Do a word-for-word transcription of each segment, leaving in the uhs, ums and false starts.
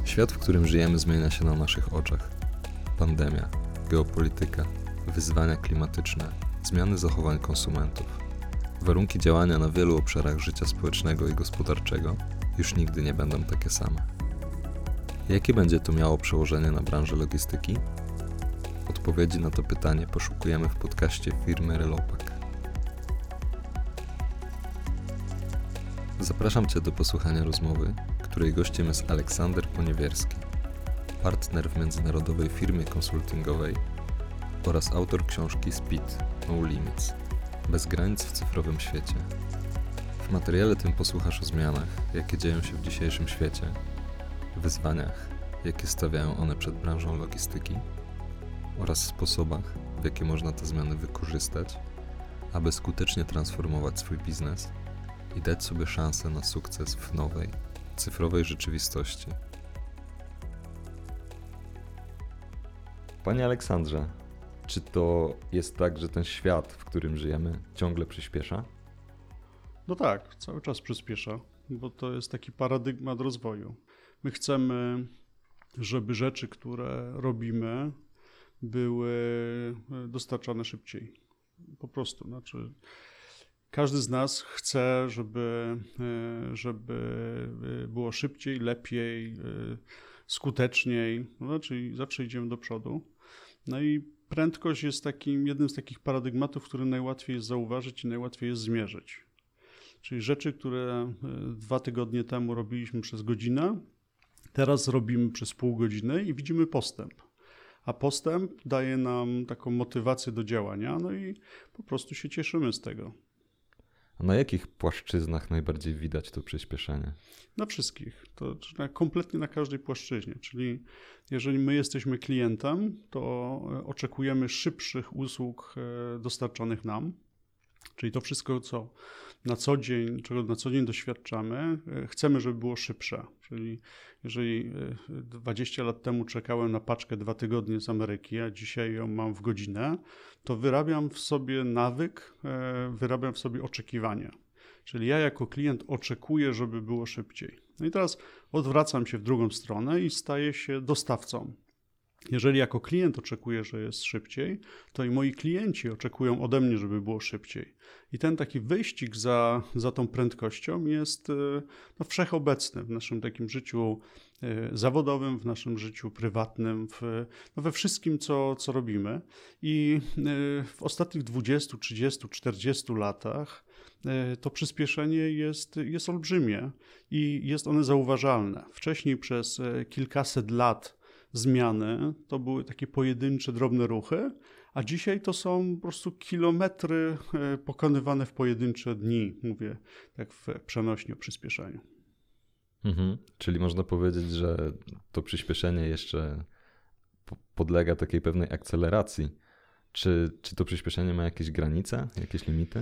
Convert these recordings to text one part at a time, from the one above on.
Świat, w którym żyjemy, zmienia się na naszych oczach. Pandemia, geopolityka, wyzwania klimatyczne, zmiany zachowań konsumentów. Warunki działania na wielu obszarach życia społecznego i gospodarczego już nigdy nie będą takie same. Jakie będzie to miało przełożenie na branżę logistyki? Odpowiedzi na to pytanie poszukujemy w podcaście firmy Relopak. Zapraszam Cię do posłuchania rozmowy, której gościem jest Aleksander Poniewierski, partner w międzynarodowej firmie konsultingowej oraz autor książki Speed No Limits – Bez granic w cyfrowym świecie. W materiale tym posłuchasz o zmianach, jakie dzieją się w dzisiejszym świecie, wyzwaniach, jakie stawiają one przed branżą logistyki oraz sposobach, w jaki można te zmiany wykorzystać, aby skutecznie transformować swój biznes i dać sobie szansę na sukces w nowej, cyfrowej rzeczywistości. Panie Aleksandrze, czy to jest tak, że ten świat, w którym żyjemy, ciągle przyspiesza? No tak, cały czas przyspiesza, bo to jest taki paradygmat rozwoju. My chcemy, żeby rzeczy, które robimy, były dostarczane szybciej. Po prostu, znaczy każdy z nas chce, żeby, żeby było szybciej, lepiej, skuteczniej, no, czyli zawsze idziemy do przodu. No i prędkość jest takim, jednym z takich paradygmatów, który najłatwiej jest zauważyć i najłatwiej jest zmierzyć. Czyli rzeczy, które dwa tygodnie temu robiliśmy przez godzinę, teraz robimy przez pół godziny i widzimy postęp. A postęp daje nam taką motywację do działania, no i po prostu się cieszymy z tego. A na jakich płaszczyznach najbardziej widać to przyspieszenie? Na wszystkich, to na, kompletnie na każdej płaszczyźnie, czyli jeżeli my jesteśmy klientem, to oczekujemy szybszych usług dostarczanych nam, czyli to wszystko, co na co dzień, czego na co dzień doświadczamy, chcemy, żeby było szybsze. Czyli jeżeli dwadzieścia lat temu czekałem na paczkę dwa tygodnie z Ameryki, a dzisiaj ją mam w godzinę, to wyrabiam w sobie nawyk, wyrabiam w sobie oczekiwanie. Czyli ja jako klient oczekuję, żeby było szybciej. No i teraz odwracam się w drugą stronę i staję się dostawcą. Jeżeli jako klient oczekuję, że jest szybciej, to i moi klienci oczekują ode mnie, żeby było szybciej. I ten taki wyścig za, za tą prędkością jest no, wszechobecny w naszym takim życiu zawodowym, w naszym życiu prywatnym, w, no, we wszystkim, co, co robimy. I w ostatnich dwudziestu, trzydziestu, czterdziestu latach to przyspieszenie jest, jest olbrzymie i jest one zauważalne. Wcześniej przez kilkaset lat zmiany to były takie pojedyncze, drobne ruchy, a dzisiaj to są po prostu kilometry pokonywane w pojedyncze dni. Mówię tak w przenośni o przyspieszeniu. Mhm. Czyli można powiedzieć, że to przyspieszenie jeszcze podlega takiej pewnej akceleracji. Czy, czy to przyspieszenie ma jakieś granice, jakieś limity?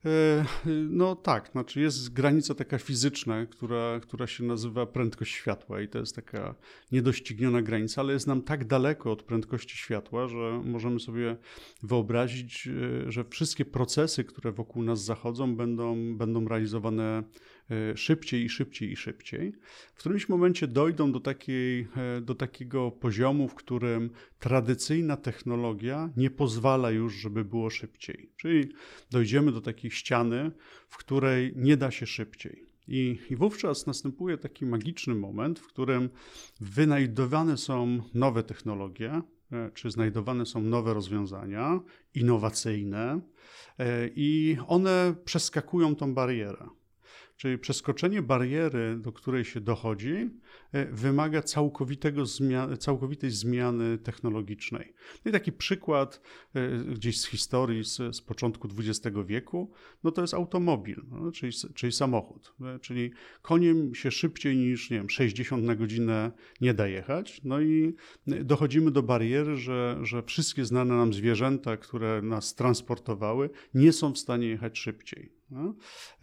No tak, znaczy jest granica taka fizyczna, która, która się nazywa prędkość światła i to jest taka niedościgniona granica, ale jest nam tak daleko od prędkości światła, że możemy sobie wyobrazić, że wszystkie procesy, które wokół nas zachodzą, będą, będą realizowane szybciej i szybciej i szybciej. W którymś momencie dojdą do, takiej, do takiego poziomu, w którym tradycyjna technologia nie pozwala już, żeby było szybciej. Czyli dojdziemy do takiej ściany, w której nie da się szybciej. I, I wówczas następuje taki magiczny moment, w którym wynajdowane są nowe technologie, czy znajdowane są nowe rozwiązania innowacyjne i one przeskakują tą barierę. Czyli przeskoczenie bariery, do której się dochodzi, wymaga całkowitego zmian- całkowitej zmiany technologicznej. No i taki przykład gdzieś z historii, z, z początku dwudziestego wieku, no to jest automobil, no, czyli, czyli samochód. Czyli koniem się szybciej niż, nie wiem, sześćdziesiąt na godzinę nie da jechać. No i dochodzimy do bariery, że, że wszystkie znane nam zwierzęta, które nas transportowały, nie są w stanie jechać szybciej. No?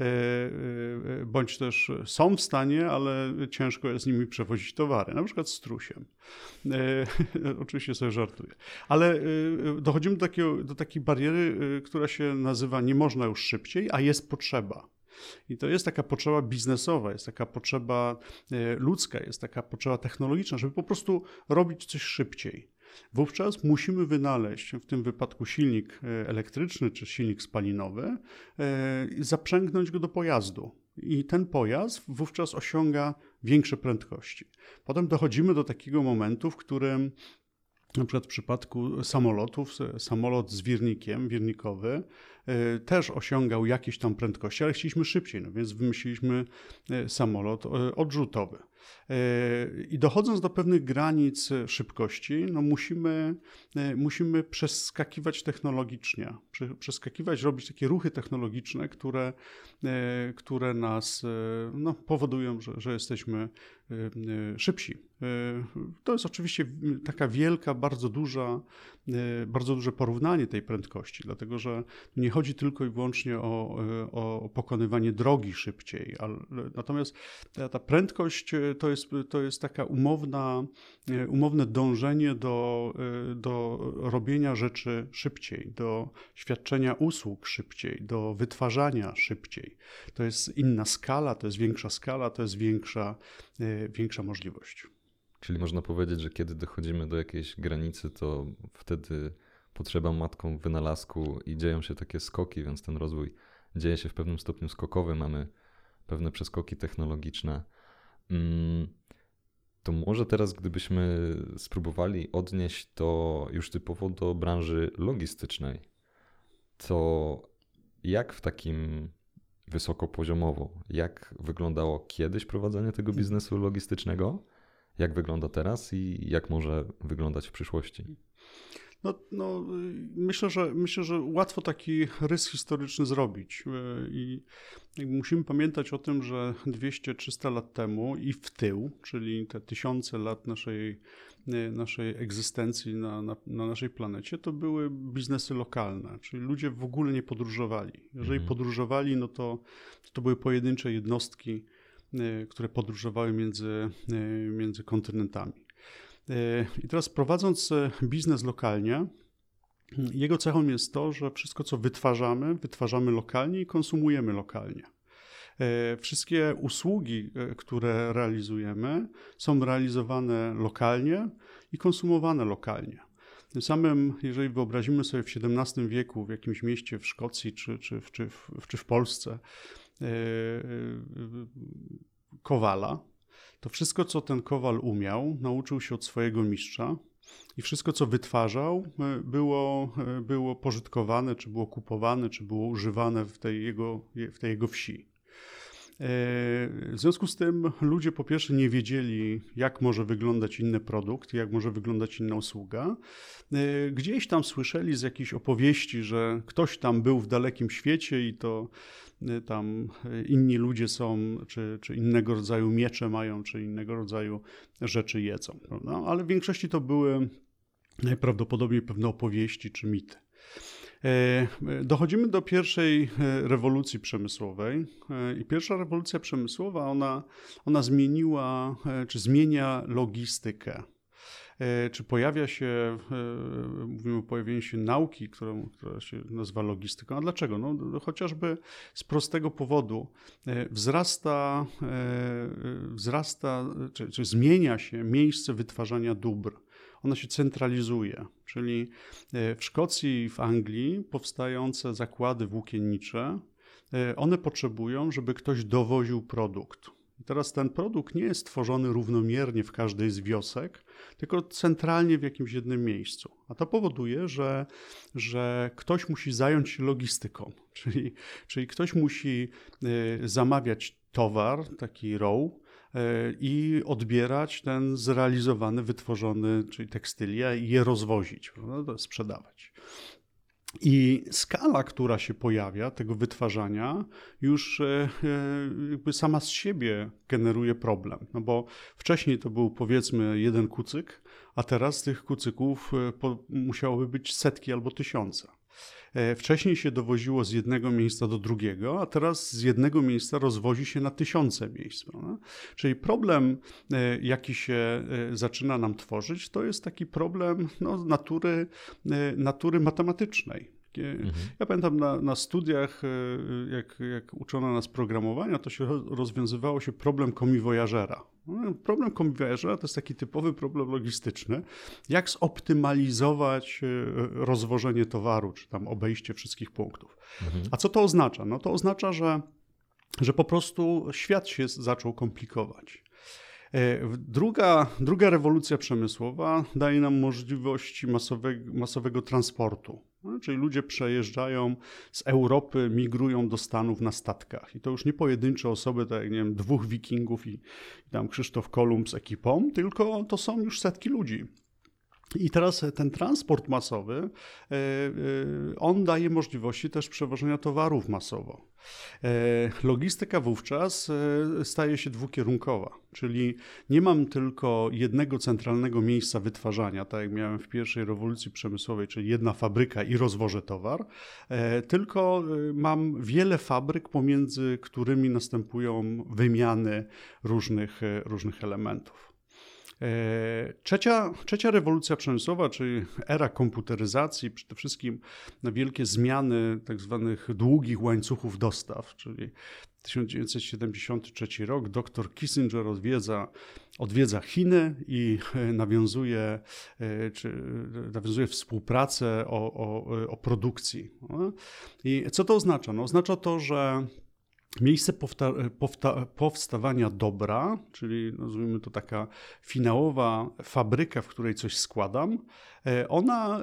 Bądź też są w stanie, ale ciężko jest z nimi przewozić towary, na przykład strusiem. Oczywiście sobie żartuję. Ale dochodzimy do, takiego, do takiej bariery, która się nazywa nie można już szybciej, a jest potrzeba. I to jest taka potrzeba biznesowa, jest taka potrzeba ludzka, jest taka potrzeba technologiczna, żeby po prostu robić coś szybciej. Wówczas musimy wynaleźć, w tym wypadku silnik elektryczny czy silnik spalinowy, i zaprzęgnąć go do pojazdu. I ten pojazd wówczas osiąga większe prędkości. Potem dochodzimy do takiego momentu, w którym na przykład w przypadku samolotów, samolot z wirnikiem, wirnikowy, też osiągał jakieś tam prędkości, ale chcieliśmy szybciej, no więc wymyśliliśmy samolot odrzutowy. I dochodząc do pewnych granic szybkości, no musimy, musimy przeskakiwać technologicznie, przeskakiwać, robić takie ruchy technologiczne, które, które nas no, powodują, że, że jesteśmy szybsi. To jest oczywiście taka wielka, bardzo duża, bardzo duże porównanie tej prędkości, dlatego że nie chodzi tylko i wyłącznie o, o pokonywanie drogi szybciej, ale, natomiast ta, ta prędkość to jest, to jest taka umowna, umowne dążenie do, do robienia rzeczy szybciej, do świadczenia usług szybciej, do wytwarzania szybciej. To jest inna skala, to jest większa skala, to jest większa, większa możliwość. Czyli można powiedzieć, że kiedy dochodzimy do jakiejś granicy, to wtedy potrzeba matką wynalazku i dzieją się takie skoki, więc ten rozwój dzieje się w pewnym stopniu skokowy, mamy pewne przeskoki technologiczne. To może teraz, gdybyśmy spróbowali odnieść to już typowo do branży logistycznej, to jak w takim wysokopoziomowo, jak wyglądało kiedyś prowadzenie tego biznesu logistycznego, jak wygląda teraz i jak może wyglądać w przyszłości? No, no, myślę, że, myślę, że łatwo taki rys historyczny zrobić i musimy pamiętać o tym, że dwieście trzysta lat temu i w tył, czyli te tysiące lat naszej, naszej egzystencji na, na, na naszej planecie, to były biznesy lokalne, czyli ludzie w ogóle nie podróżowali. Jeżeli mhm. podróżowali, no to, to były pojedyncze jednostki, które podróżowały między, między kontynentami. I teraz prowadząc biznes lokalnie, jego cechą jest to, że wszystko co wytwarzamy, wytwarzamy lokalnie i konsumujemy lokalnie. Wszystkie usługi, które realizujemy, są realizowane lokalnie i konsumowane lokalnie. Tym samym, jeżeli wyobrazimy sobie w siedemnastym wieku w jakimś mieście w Szkocji czy, czy, czy, w, czy w Polsce kowala, to wszystko, co ten kowal umiał, nauczył się od swojego mistrza i wszystko, co wytwarzał, było, było pożytkowane, czy było kupowane, czy było używane w tej jego, w tej jego wsi. W związku z tym ludzie po pierwsze nie wiedzieli, jak może wyglądać inny produkt, jak może wyglądać inna usługa. Gdzieś tam słyszeli z jakichś opowieści, że ktoś tam był w dalekim świecie i to tam inni ludzie są, czy, czy innego rodzaju miecze mają, czy innego rodzaju rzeczy jedzą, prawda? Ale w większości to były najprawdopodobniej pewne opowieści czy mity. Dochodzimy do pierwszej rewolucji przemysłowej i pierwsza rewolucja przemysłowa, ona, ona zmieniła, czy zmienia logistykę. Czy pojawia się, mówimy o pojawieniu się nauki, którą, która się nazywa logistyką. A dlaczego? No, chociażby z prostego powodu wzrasta, wzrasta czy, czy zmienia się miejsce wytwarzania dóbr. Ona się centralizuje, czyli w Szkocji i w Anglii powstające zakłady włókiennicze, one potrzebują, żeby ktoś dowoził produkt. I teraz ten produkt nie jest tworzony równomiernie w każdej z wiosek, tylko centralnie w jakimś jednym miejscu. A to powoduje, że, że ktoś musi zająć się logistyką, czyli, czyli ktoś musi zamawiać towar, taki row, i odbierać ten zrealizowany, wytworzony, czyli tekstylia i je rozwozić, prawda, sprzedawać. I skala, która się pojawia, tego wytwarzania, już jakby sama z siebie generuje problem. No bo wcześniej to był powiedzmy jeden kucyk, a teraz tych kucyków musiałoby być setki albo tysiące. Wcześniej się dowoziło z jednego miejsca do drugiego, a teraz z jednego miejsca rozwozi się na tysiące miejsc. Prawda? Czyli problem, jaki się zaczyna nam tworzyć, to jest taki problem no, natury, natury matematycznej. Mhm. Ja pamiętam na, na studiach, jak, jak uczono nas programowania, to się rozwiązywało się problem komiwojażera. Problem komiwojażera to jest taki typowy problem logistyczny. Jak zoptymalizować rozwożenie towaru, czy tam obejście wszystkich punktów. Mhm. A co to oznacza? No to oznacza, że, że po prostu świat się zaczął komplikować. Druga, druga rewolucja przemysłowa daje nam możliwości masowego, masowego transportu. No, czyli ludzie przejeżdżają z Europy, migrują do Stanów na statkach. I to już nie pojedyncze osoby, tak jak nie wiem, dwóch wikingów i, i tam Krzysztof Kolumb z ekipą, tylko to są już setki ludzi. I teraz ten transport masowy, on daje możliwości też przewożenia towarów masowo. Logistyka wówczas staje się dwukierunkowa, czyli nie mam tylko jednego centralnego miejsca wytwarzania, tak jak miałem w pierwszej rewolucji przemysłowej, czyli jedna fabryka i rozwożę towar, tylko mam wiele fabryk, pomiędzy którymi następują wymiany różnych, różnych elementów. Trzecia, trzecia rewolucja przemysłowa, czyli era komputeryzacji, przede wszystkim na wielkie zmiany tak zwanych długich łańcuchów dostaw, czyli tysiąc dziewięćset siedemdziesiąty trzeci rok dr Kissinger odwiedza, odwiedza Chiny i nawiązuje, czy, nawiązuje współpracę o, o, o produkcji. I co to oznacza? No, oznacza to, że miejsce powta- powta- powstawania dobra, czyli nazwijmy to taka finałowa fabryka, w której coś składam, ona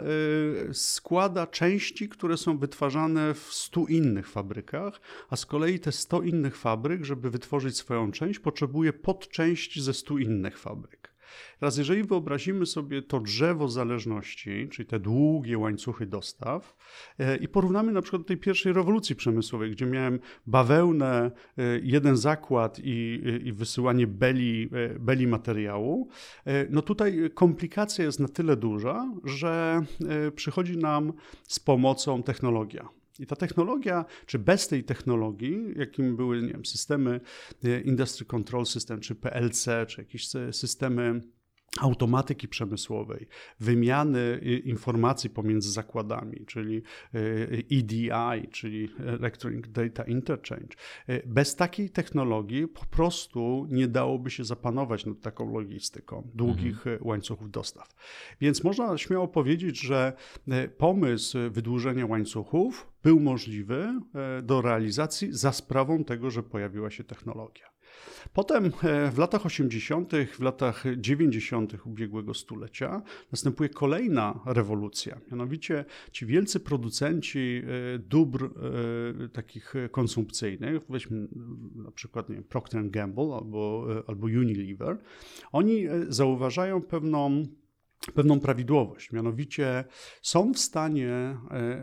składa części, które są wytwarzane w stu innych fabrykach, a z kolei te sto innych fabryk, żeby wytworzyć swoją część, potrzebuje podczęści ze stu innych fabryk. Teraz jeżeli wyobrazimy sobie to drzewo zależności, czyli te długie łańcuchy dostaw i porównamy na przykład do tej pierwszej rewolucji przemysłowej, gdzie miałem bawełnę, jeden zakład i, i wysyłanie beli, beli materiału, no tutaj komplikacja jest na tyle duża, że przychodzi nam z pomocą technologia. I ta technologia, czy bez tej technologii, jakim były nie wiem, systemy Industry Control System, czy P L C, czy jakieś systemy automatyki przemysłowej, wymiany informacji pomiędzy zakładami, czyli E D I, czyli Electronic Data Interchange. Bez takiej technologii po prostu nie dałoby się zapanować nad taką logistyką długich mhm. łańcuchów dostaw. Więc można śmiało powiedzieć, że pomysł wydłużenia łańcuchów był możliwy do realizacji za sprawą tego, że pojawiła się technologia. Potem w latach osiemdziesiątych, w latach dziewięćdziesiątych ubiegłego stulecia następuje kolejna rewolucja. Mianowicie ci wielcy producenci dóbr takich konsumpcyjnych, weźmy na przykład nie wiem, Procter and Gamble albo, albo Unilever, oni zauważają pewną pewną prawidłowość, mianowicie są w stanie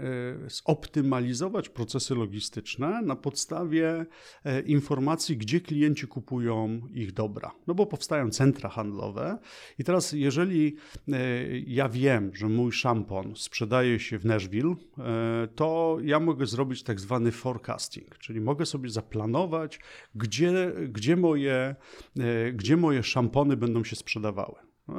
zoptymalizować procesy logistyczne na podstawie informacji, gdzie klienci kupują ich dobra. No bo powstają centra handlowe i teraz jeżeli ja wiem, że mój szampon sprzedaje się w Nashville, to ja mogę zrobić tak zwany forecasting, czyli mogę sobie zaplanować, gdzie, gdzie, moje, gdzie moje szampony będą się sprzedawały.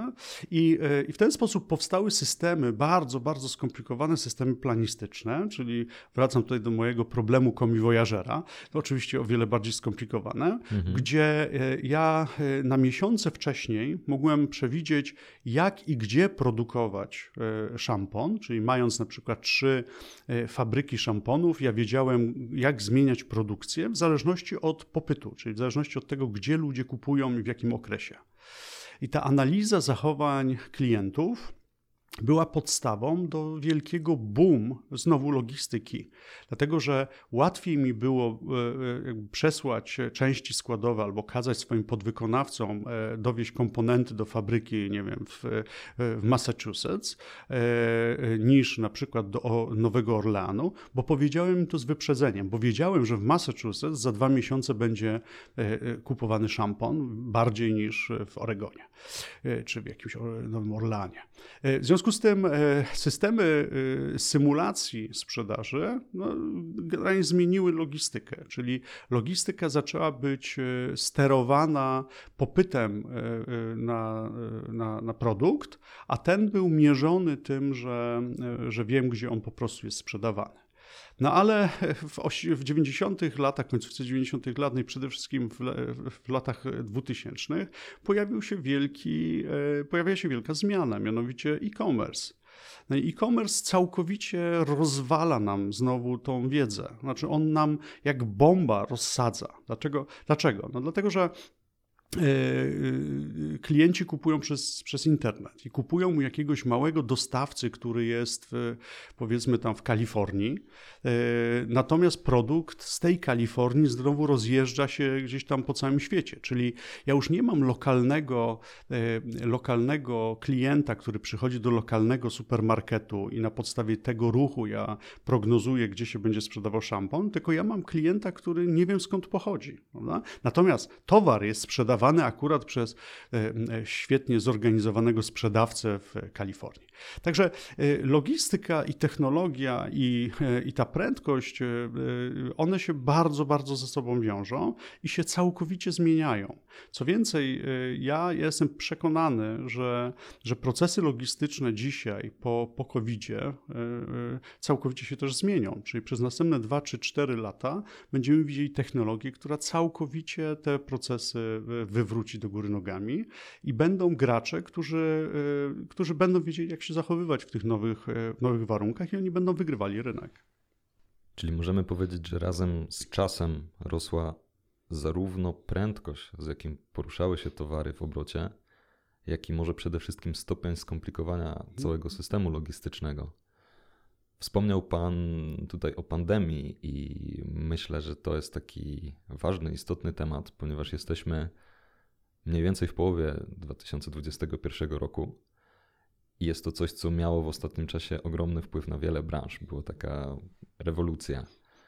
I, I w ten sposób powstały systemy, bardzo, bardzo skomplikowane systemy planistyczne, czyli wracam tutaj do mojego problemu komiwojażera, to oczywiście o wiele bardziej skomplikowane, mhm. gdzie ja na miesiące wcześniej mogłem przewidzieć, jak i gdzie produkować szampon, czyli mając na przykład trzy fabryki szamponów, ja wiedziałem, jak zmieniać produkcję w zależności od popytu, czyli w zależności od tego, gdzie ludzie kupują i w jakim okresie. I ta analiza zachowań klientów była podstawą do wielkiego boom znowu logistyki, dlatego że łatwiej mi było przesłać części składowe albo kazać swoim podwykonawcom dowieźć komponenty do fabryki, nie wiem, w, w Massachusetts, niż na przykład do Nowego Orleanu, bo powiedziałem im to z wyprzedzeniem, bo wiedziałem, że w Massachusetts za dwa miesiące będzie kupowany szampon bardziej niż w Oregonie czy w jakimś Nowym Orleanie. W związku związku z tym systemy symulacji sprzedaży no, zmieniły logistykę, czyli logistyka zaczęła być sterowana popytem na, na, na produkt, a ten był mierzony tym, że, że wiem, gdzie on po prostu jest sprzedawany. No ale w, osi- w dziewięćdziesiątych latach, końcówce dziewięćdziesiątych lat, no i przede wszystkim w, w latach dwutysięcznych pojawił się wielki, e, pojawiła się wielka zmiana, mianowicie e-commerce. No i e-commerce całkowicie rozwala nam znowu tą wiedzę. Znaczy on nam jak bomba rozsadza. Dlaczego? Dlaczego? No dlatego, że klienci kupują przez, przez internet i kupują u jakiegoś małego dostawcy, który jest w, powiedzmy tam w Kalifornii, natomiast produkt z tej Kalifornii znowu rozjeżdża się gdzieś tam po całym świecie, czyli ja już nie mam lokalnego, lokalnego klienta, który przychodzi do lokalnego supermarketu i na podstawie tego ruchu ja prognozuję, gdzie się będzie sprzedawał szampon, tylko ja mam klienta, który nie wiem skąd pochodzi. Prawda? Natomiast towar jest sprzedawany akurat przez świetnie zorganizowanego sprzedawcę w Kalifornii. Także logistyka i technologia i, i ta prędkość, one się bardzo, bardzo ze sobą wiążą i się całkowicie zmieniają. Co więcej, ja jestem przekonany, że, że procesy logistyczne dzisiaj po, po kowidzie całkowicie się też zmienią. Czyli przez następne dwa czy cztery lata będziemy widzieli technologię, która całkowicie te procesy wywróci do góry nogami i będą gracze, którzy, którzy będą wiedzieli, jak się zachowywać w tych nowych, nowych warunkach i oni będą wygrywali rynek. Czyli możemy powiedzieć, że razem z czasem rosła zarówno prędkość, z jakim poruszały się towary w obrocie, jak i może przede wszystkim stopień skomplikowania całego systemu logistycznego. Wspomniał Pan tutaj o pandemii i myślę, że to jest taki ważny, istotny temat, ponieważ jesteśmy mniej więcej w połowie dwa tysiące dwudziestego pierwszego roku i jest to coś, co miało w ostatnim czasie ogromny wpływ na wiele branż. Była taka rewolucja.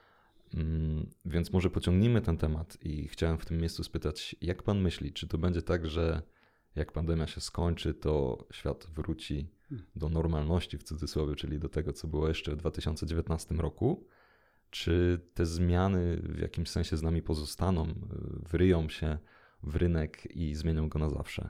Więc może pociągnijmy ten temat i chciałem w tym miejscu spytać, jak Pan myśli, czy to będzie tak, że jak pandemia się skończy, to świat wróci do normalności w cudzysłowie, czyli do tego, co było jeszcze w dwa tysiące dziewiętnastym roku? Czy te zmiany w jakimś sensie z nami pozostaną, wryją się w rynek i zmienią go na zawsze?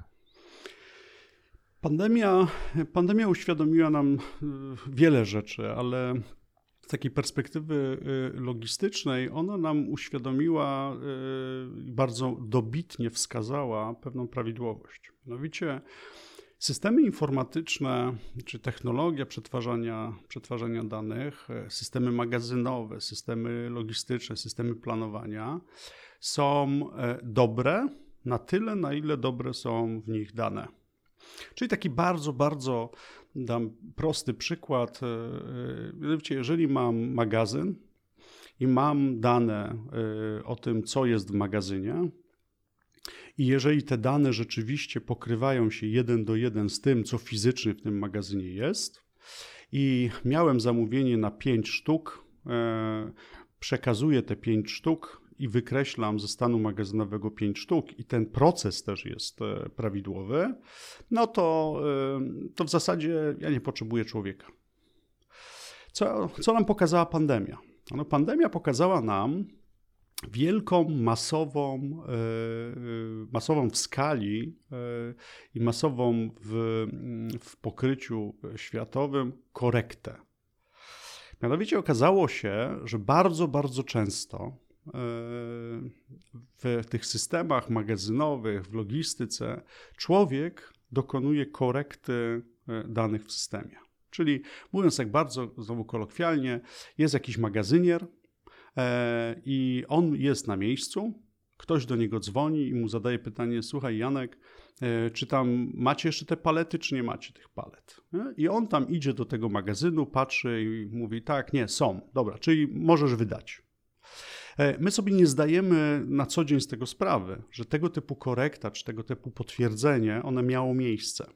Pandemia, pandemia uświadomiła nam wiele rzeczy, ale z takiej perspektywy logistycznej ona nam uświadomiła i bardzo dobitnie wskazała pewną prawidłowość. Mianowicie systemy informatyczne czy technologia przetwarzania, przetwarzania danych, systemy magazynowe, systemy logistyczne, systemy planowania są dobre na tyle, na ile dobre są w nich dane. Czyli taki bardzo, bardzo dam prosty przykład. Mianowicie, jeżeli mam magazyn i mam dane o tym, co jest w magazynie, i jeżeli te dane rzeczywiście pokrywają się jeden do jeden z tym, co fizycznie w tym magazynie jest, i miałem zamówienie na pięć sztuk, przekazuję te pięć sztuk i wykreślam ze stanu magazynowego pięć sztuk i ten proces też jest prawidłowy, no to, to w zasadzie ja nie potrzebuję człowieka. Co, co nam pokazała pandemia? No, pandemia pokazała nam wielką, masową, masową w skali i masową w, w pokryciu światowym korektę. Mianowicie okazało się, że bardzo, bardzo często w tych systemach magazynowych, w logistyce człowiek dokonuje korekty danych w systemie. Czyli mówiąc tak bardzo znowu kolokwialnie, jest jakiś magazynier i on jest na miejscu, ktoś do niego dzwoni i mu zadaje pytanie: słuchaj Janek, czy tam macie jeszcze te palety, czy nie macie tych palet? I on tam idzie do tego magazynu, patrzy i mówi: tak, nie, są, dobra, czyli możesz wydać. My sobie nie zdajemy na co dzień z tego sprawy, że tego typu korekta, czy tego typu potwierdzenie, one miało miejsce.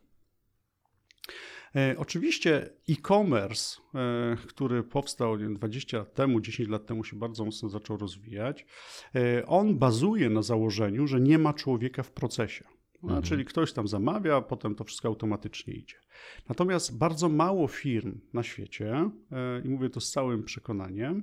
Oczywiście e-commerce, który powstał nie wiem, dwadzieścia lat temu, dziesięć lat temu się bardzo mocno zaczął rozwijać, on bazuje na założeniu, że nie ma człowieka w procesie. Mhm. Czyli ktoś tam zamawia, potem to wszystko automatycznie idzie. Natomiast bardzo mało firm na świecie, i mówię to z całym przekonaniem,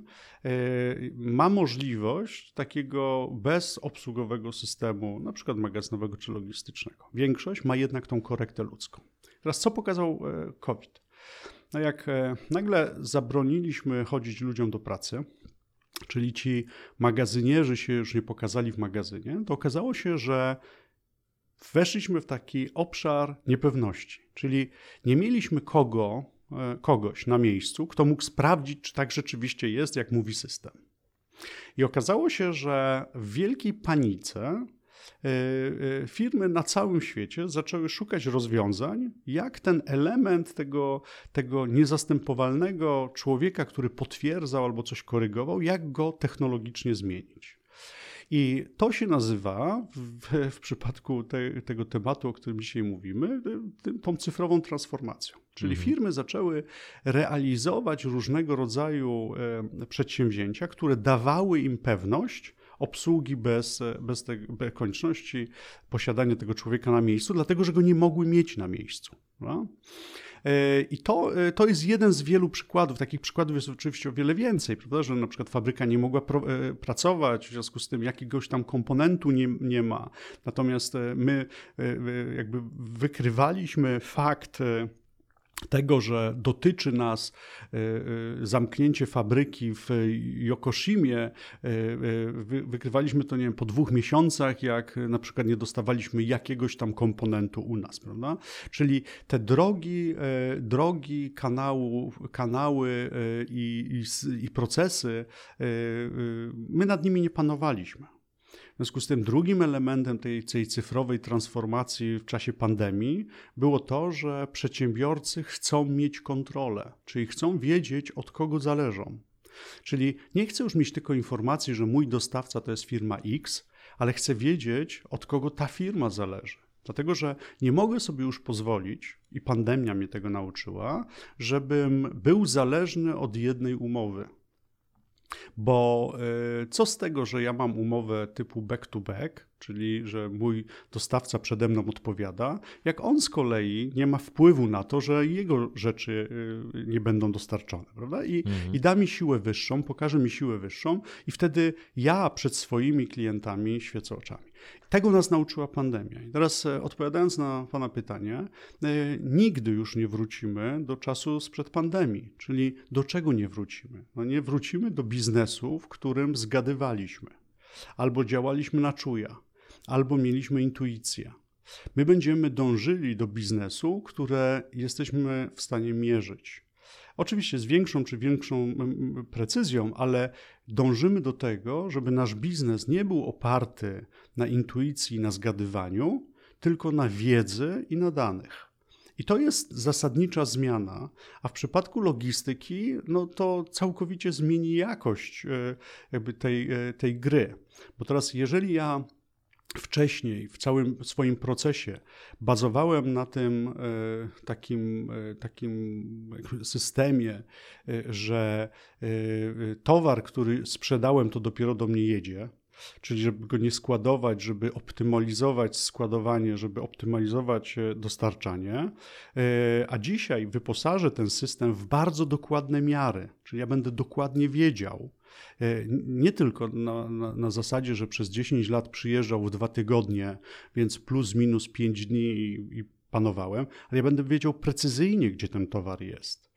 ma możliwość takiego bezobsługowego systemu, na przykład magazynowego czy logistycznego. Większość ma jednak tą korektę ludzką. Teraz co pokazał COVID? No jak nagle zabroniliśmy chodzić ludziom do pracy, czyli ci magazynierzy się już nie pokazali w magazynie, to okazało się, że weszliśmy w taki obszar niepewności, czyli nie mieliśmy kogo, kogoś na miejscu, kto mógł sprawdzić, czy tak rzeczywiście jest, jak mówi system. I okazało się, że w wielkiej panice firmy na całym świecie zaczęły szukać rozwiązań, jak ten element tego, tego niezastępowalnego człowieka, który potwierdzał albo coś korygował, jak go technologicznie zmienić. I to się nazywa w, w przypadku te, tego tematu, o którym dzisiaj mówimy, tą cyfrową transformacją. Czyli mhm. firmy zaczęły realizować różnego rodzaju e, przedsięwzięcia, które dawały im pewność obsługi bez, bez, tej, bez konieczności posiadania tego człowieka na miejscu, dlatego że go nie mogły mieć na miejscu. No? I to, to jest jeden z wielu przykładów. Takich przykładów jest oczywiście o wiele więcej, prawda? Że na przykład fabryka nie mogła pro, pracować, w związku z tym jakiegoś tam komponentu nie, nie ma. Natomiast my jakby wykrywaliśmy fakt tego, że dotyczy nas zamknięcie fabryki w Yokoshimie, wykrywaliśmy to, nie wiem, po dwóch miesiącach, jak na przykład nie dostawaliśmy jakiegoś tam komponentu u nas, prawda? Czyli te drogi, drogi kanału, kanały i, i, i procesy, my nad nimi nie panowaliśmy. W związku z tym drugim elementem tej, tej cyfrowej transformacji w czasie pandemii było to, że przedsiębiorcy chcą mieć kontrolę, czyli chcą wiedzieć, od kogo zależą. Czyli nie chcę już mieć tylko informacji, że mój dostawca to jest firma X, ale chcę wiedzieć, od kogo ta firma zależy. Dlatego, że nie mogę sobie już pozwolić, i pandemia mnie tego nauczyła, żebym był zależny od jednej umowy. Bo co z tego, że ja mam umowę typu back-to-back, czyli że mój dostawca przede mną odpowiada, jak on z kolei nie ma wpływu na to, że jego rzeczy nie będą dostarczone, prawda? I, mhm. i da mi siłę wyższą, pokaże mi siłę wyższą i wtedy ja przed swoimi klientami świecę oczami. Tego nas nauczyła pandemia. I teraz odpowiadając na pana pytanie, nigdy już nie wrócimy do czasu sprzed pandemii, czyli do czego nie wrócimy? No nie wrócimy do biznesu, w którym zgadywaliśmy, albo działaliśmy na czuja, albo mieliśmy intuicję. My będziemy dążyli do biznesu, które jesteśmy w stanie mierzyć. Oczywiście z większą czy większą precyzją, ale dążymy do tego, żeby nasz biznes nie był oparty na intuicji i na zgadywaniu, tylko na wiedzy i na danych. I to jest zasadnicza zmiana, a w przypadku logistyki no to całkowicie zmieni jakość jakby tej, tej gry. Bo teraz jeżeli ja wcześniej w całym swoim procesie bazowałem na tym takim, takim systemie, że towar, który sprzedałem, to dopiero do mnie jedzie, czyli żeby go nie składować, żeby optymalizować składowanie, żeby optymalizować dostarczanie, a dzisiaj wyposażę ten system w bardzo dokładne miary, czyli ja będę dokładnie wiedział, nie tylko na, na, na zasadzie, że przez dziesięć lat przyjeżdżał w dwa tygodnie, więc plus minus pięć dni i, i panowałem, ale ja będę wiedział precyzyjnie, gdzie ten towar jest.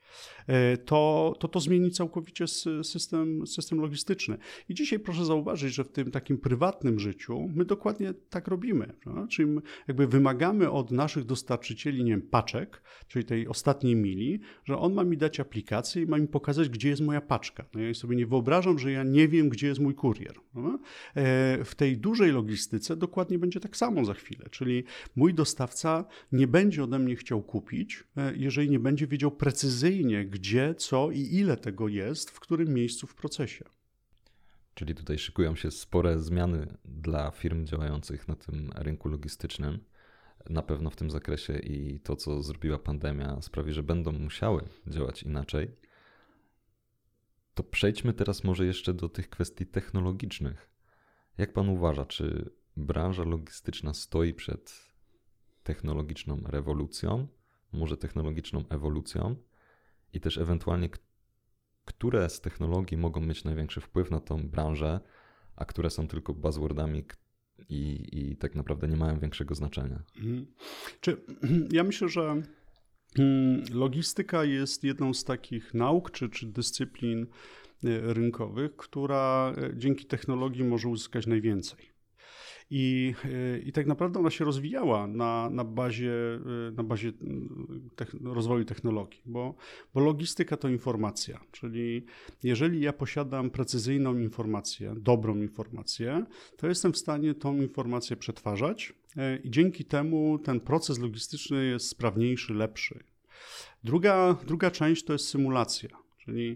To, to to zmieni całkowicie system, system logistyczny. I dzisiaj proszę zauważyć, że w tym takim prywatnym życiu my dokładnie tak robimy. No? Czyli jakby wymagamy od naszych dostarczycieli, nie wiem, paczek, czyli tej ostatniej mili, że on ma mi dać aplikację i ma mi pokazać, gdzie jest moja paczka. No ja sobie nie wyobrażam, że ja nie wiem, gdzie jest mój kurier. No? W tej dużej logistyce dokładnie będzie tak samo za chwilę, czyli mój dostawca nie będzie ode mnie chciał kupić, jeżeli nie będzie wiedział precyzyjnie, gdzie, co i ile tego jest, w którym miejscu w procesie. Czyli tutaj szykują się spore zmiany dla firm działających na tym rynku logistycznym. Na pewno w tym zakresie i to, co zrobiła pandemia, sprawi, że będą musiały działać inaczej. To przejdźmy teraz może jeszcze do tych kwestii technologicznych. Jak pan uważa, czy branża logistyczna stoi przed technologiczną rewolucją, może technologiczną ewolucją i też ewentualnie k- które z technologii mogą mieć największy wpływ na tą branżę, a które są tylko buzzwordami k- i, i tak naprawdę nie mają większego znaczenia. Mhm. Czy, ja myślę, że mm, logistyka jest jedną z takich nauk czy, czy dyscyplin y, rynkowych, która y, dzięki technologii może uzyskać najwięcej. I, y, I tak naprawdę ona się rozwijała na, na bazie, y, na bazie tech, rozwoju technologii, bo, bo logistyka to informacja, czyli jeżeli ja posiadam precyzyjną informację, dobrą informację, to jestem w stanie tą informację przetwarzać y, i dzięki temu ten proces logistyczny jest sprawniejszy, lepszy. Druga, druga część to jest symulacja. Czyli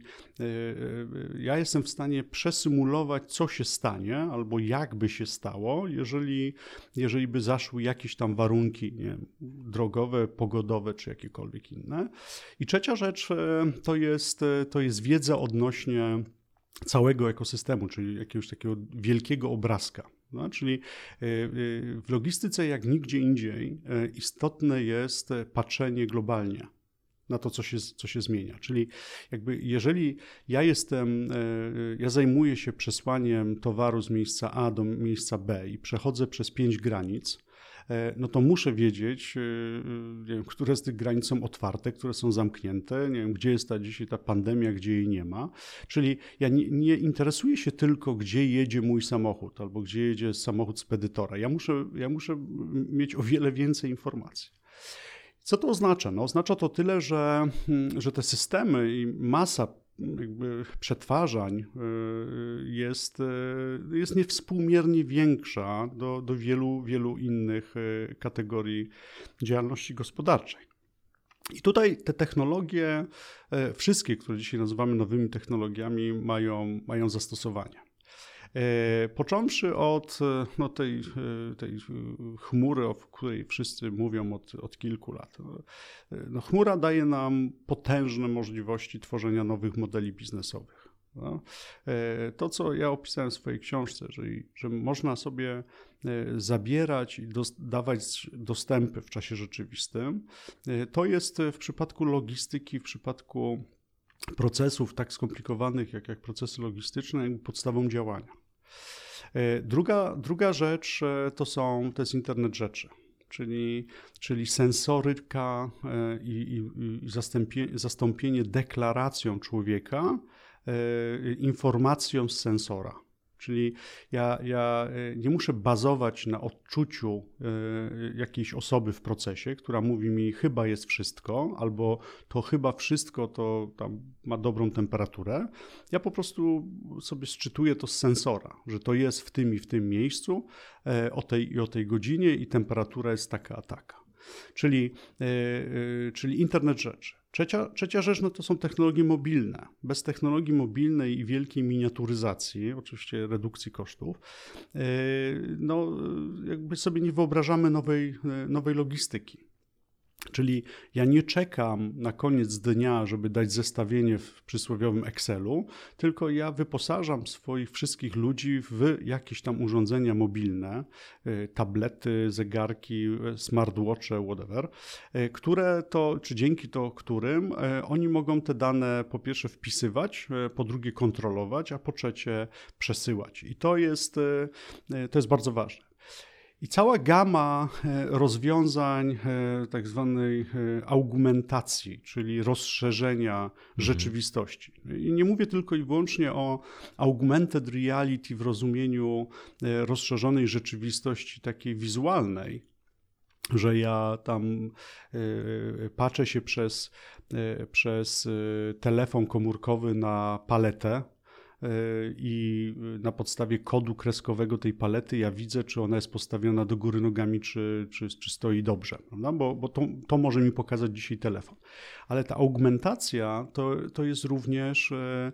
ja jestem w stanie przesymulować, co się stanie, albo jak by się stało, jeżeli, jeżeli by zaszły jakieś tam warunki, nie wiem, drogowe, pogodowe czy jakiekolwiek inne. I trzecia rzecz to jest, to jest wiedza odnośnie całego ekosystemu, czyli jakiegoś takiego wielkiego obrazka. No, czyli w logistyce jak nigdzie indziej istotne jest patrzenie globalnie na to, co się, co się zmienia. Czyli jakby jeżeli ja jestem, ja zajmuję się przesłaniem towaru z miejsca A do miejsca B i przechodzę przez pięć granic, no to muszę wiedzieć, nie wiem, które z tych granic są otwarte, które są zamknięte, nie wiem, gdzie jest ta dzisiaj ta pandemia, gdzie jej nie ma. Czyli ja nie, nie interesuję się tylko, gdzie jedzie mój samochód albo gdzie jedzie samochód spedytora. Ja muszę, ja muszę mieć o wiele więcej informacji. Co to oznacza? No, oznacza to tyle, że, że te systemy i masa jakby przetwarzań jest, jest niewspółmiernie większa do, do wielu, wielu innych kategorii działalności gospodarczej. I tutaj te technologie, wszystkie, które dzisiaj nazywamy nowymi technologiami, mają, mają zastosowanie. Począwszy od no, tej, tej chmury, o której wszyscy mówią od, od kilku lat. No, chmura daje nam potężne możliwości tworzenia nowych modeli biznesowych. No. To, co ja opisałem w swojej książce, że, że można sobie zabierać i dos, dawać dostępy w czasie rzeczywistym, to jest w przypadku logistyki, w przypadku procesów tak skomplikowanych jak, jak procesy logistyczne, podstawą działania. Druga, druga rzecz to, są, to jest internet rzeczy, czyli, czyli sensoryka i, i, i zastąpienie, zastąpienie deklaracją człowieka informacją z sensora. Czyli ja, ja nie muszę bazować na odczuciu jakiejś osoby w procesie, która mówi mi chyba jest wszystko, albo to chyba wszystko to tam ma dobrą temperaturę. Ja po prostu sobie sczytuję to z sensora, że to jest w tym i w tym miejscu o tej i o tej godzinie i temperatura jest taka a taka. Czyli, czyli internet rzeczy. Trzecia, trzecia rzecz no to są technologie mobilne. Bez technologii mobilnej i wielkiej miniaturyzacji, oczywiście redukcji kosztów, no jakby sobie nie wyobrażamy nowej, nowej logistyki. Czyli ja nie czekam na koniec dnia, żeby dać zestawienie w przysłowiowym Excelu, tylko ja wyposażam swoich wszystkich ludzi w jakieś tam urządzenia mobilne, tablety, zegarki, smartwatche, whatever, które to, czy dzięki to którym oni mogą te dane po pierwsze wpisywać, po drugie kontrolować, a po trzecie przesyłać. I to jest, to jest bardzo ważne. I cała gama rozwiązań tak zwanej augmentacji, czyli rozszerzenia mhm. rzeczywistości. I nie mówię tylko i wyłącznie o augmented reality w rozumieniu rozszerzonej rzeczywistości takiej wizualnej, że ja tam patrzę się przez, przez telefon komórkowy na paletę, i na podstawie kodu kreskowego tej palety ja widzę, czy ona jest postawiona do góry nogami, czy, czy, czy stoi dobrze, prawda? Bo, bo to, to może mi pokazać dzisiaj telefon. Ale ta augmentacja to, to jest również e,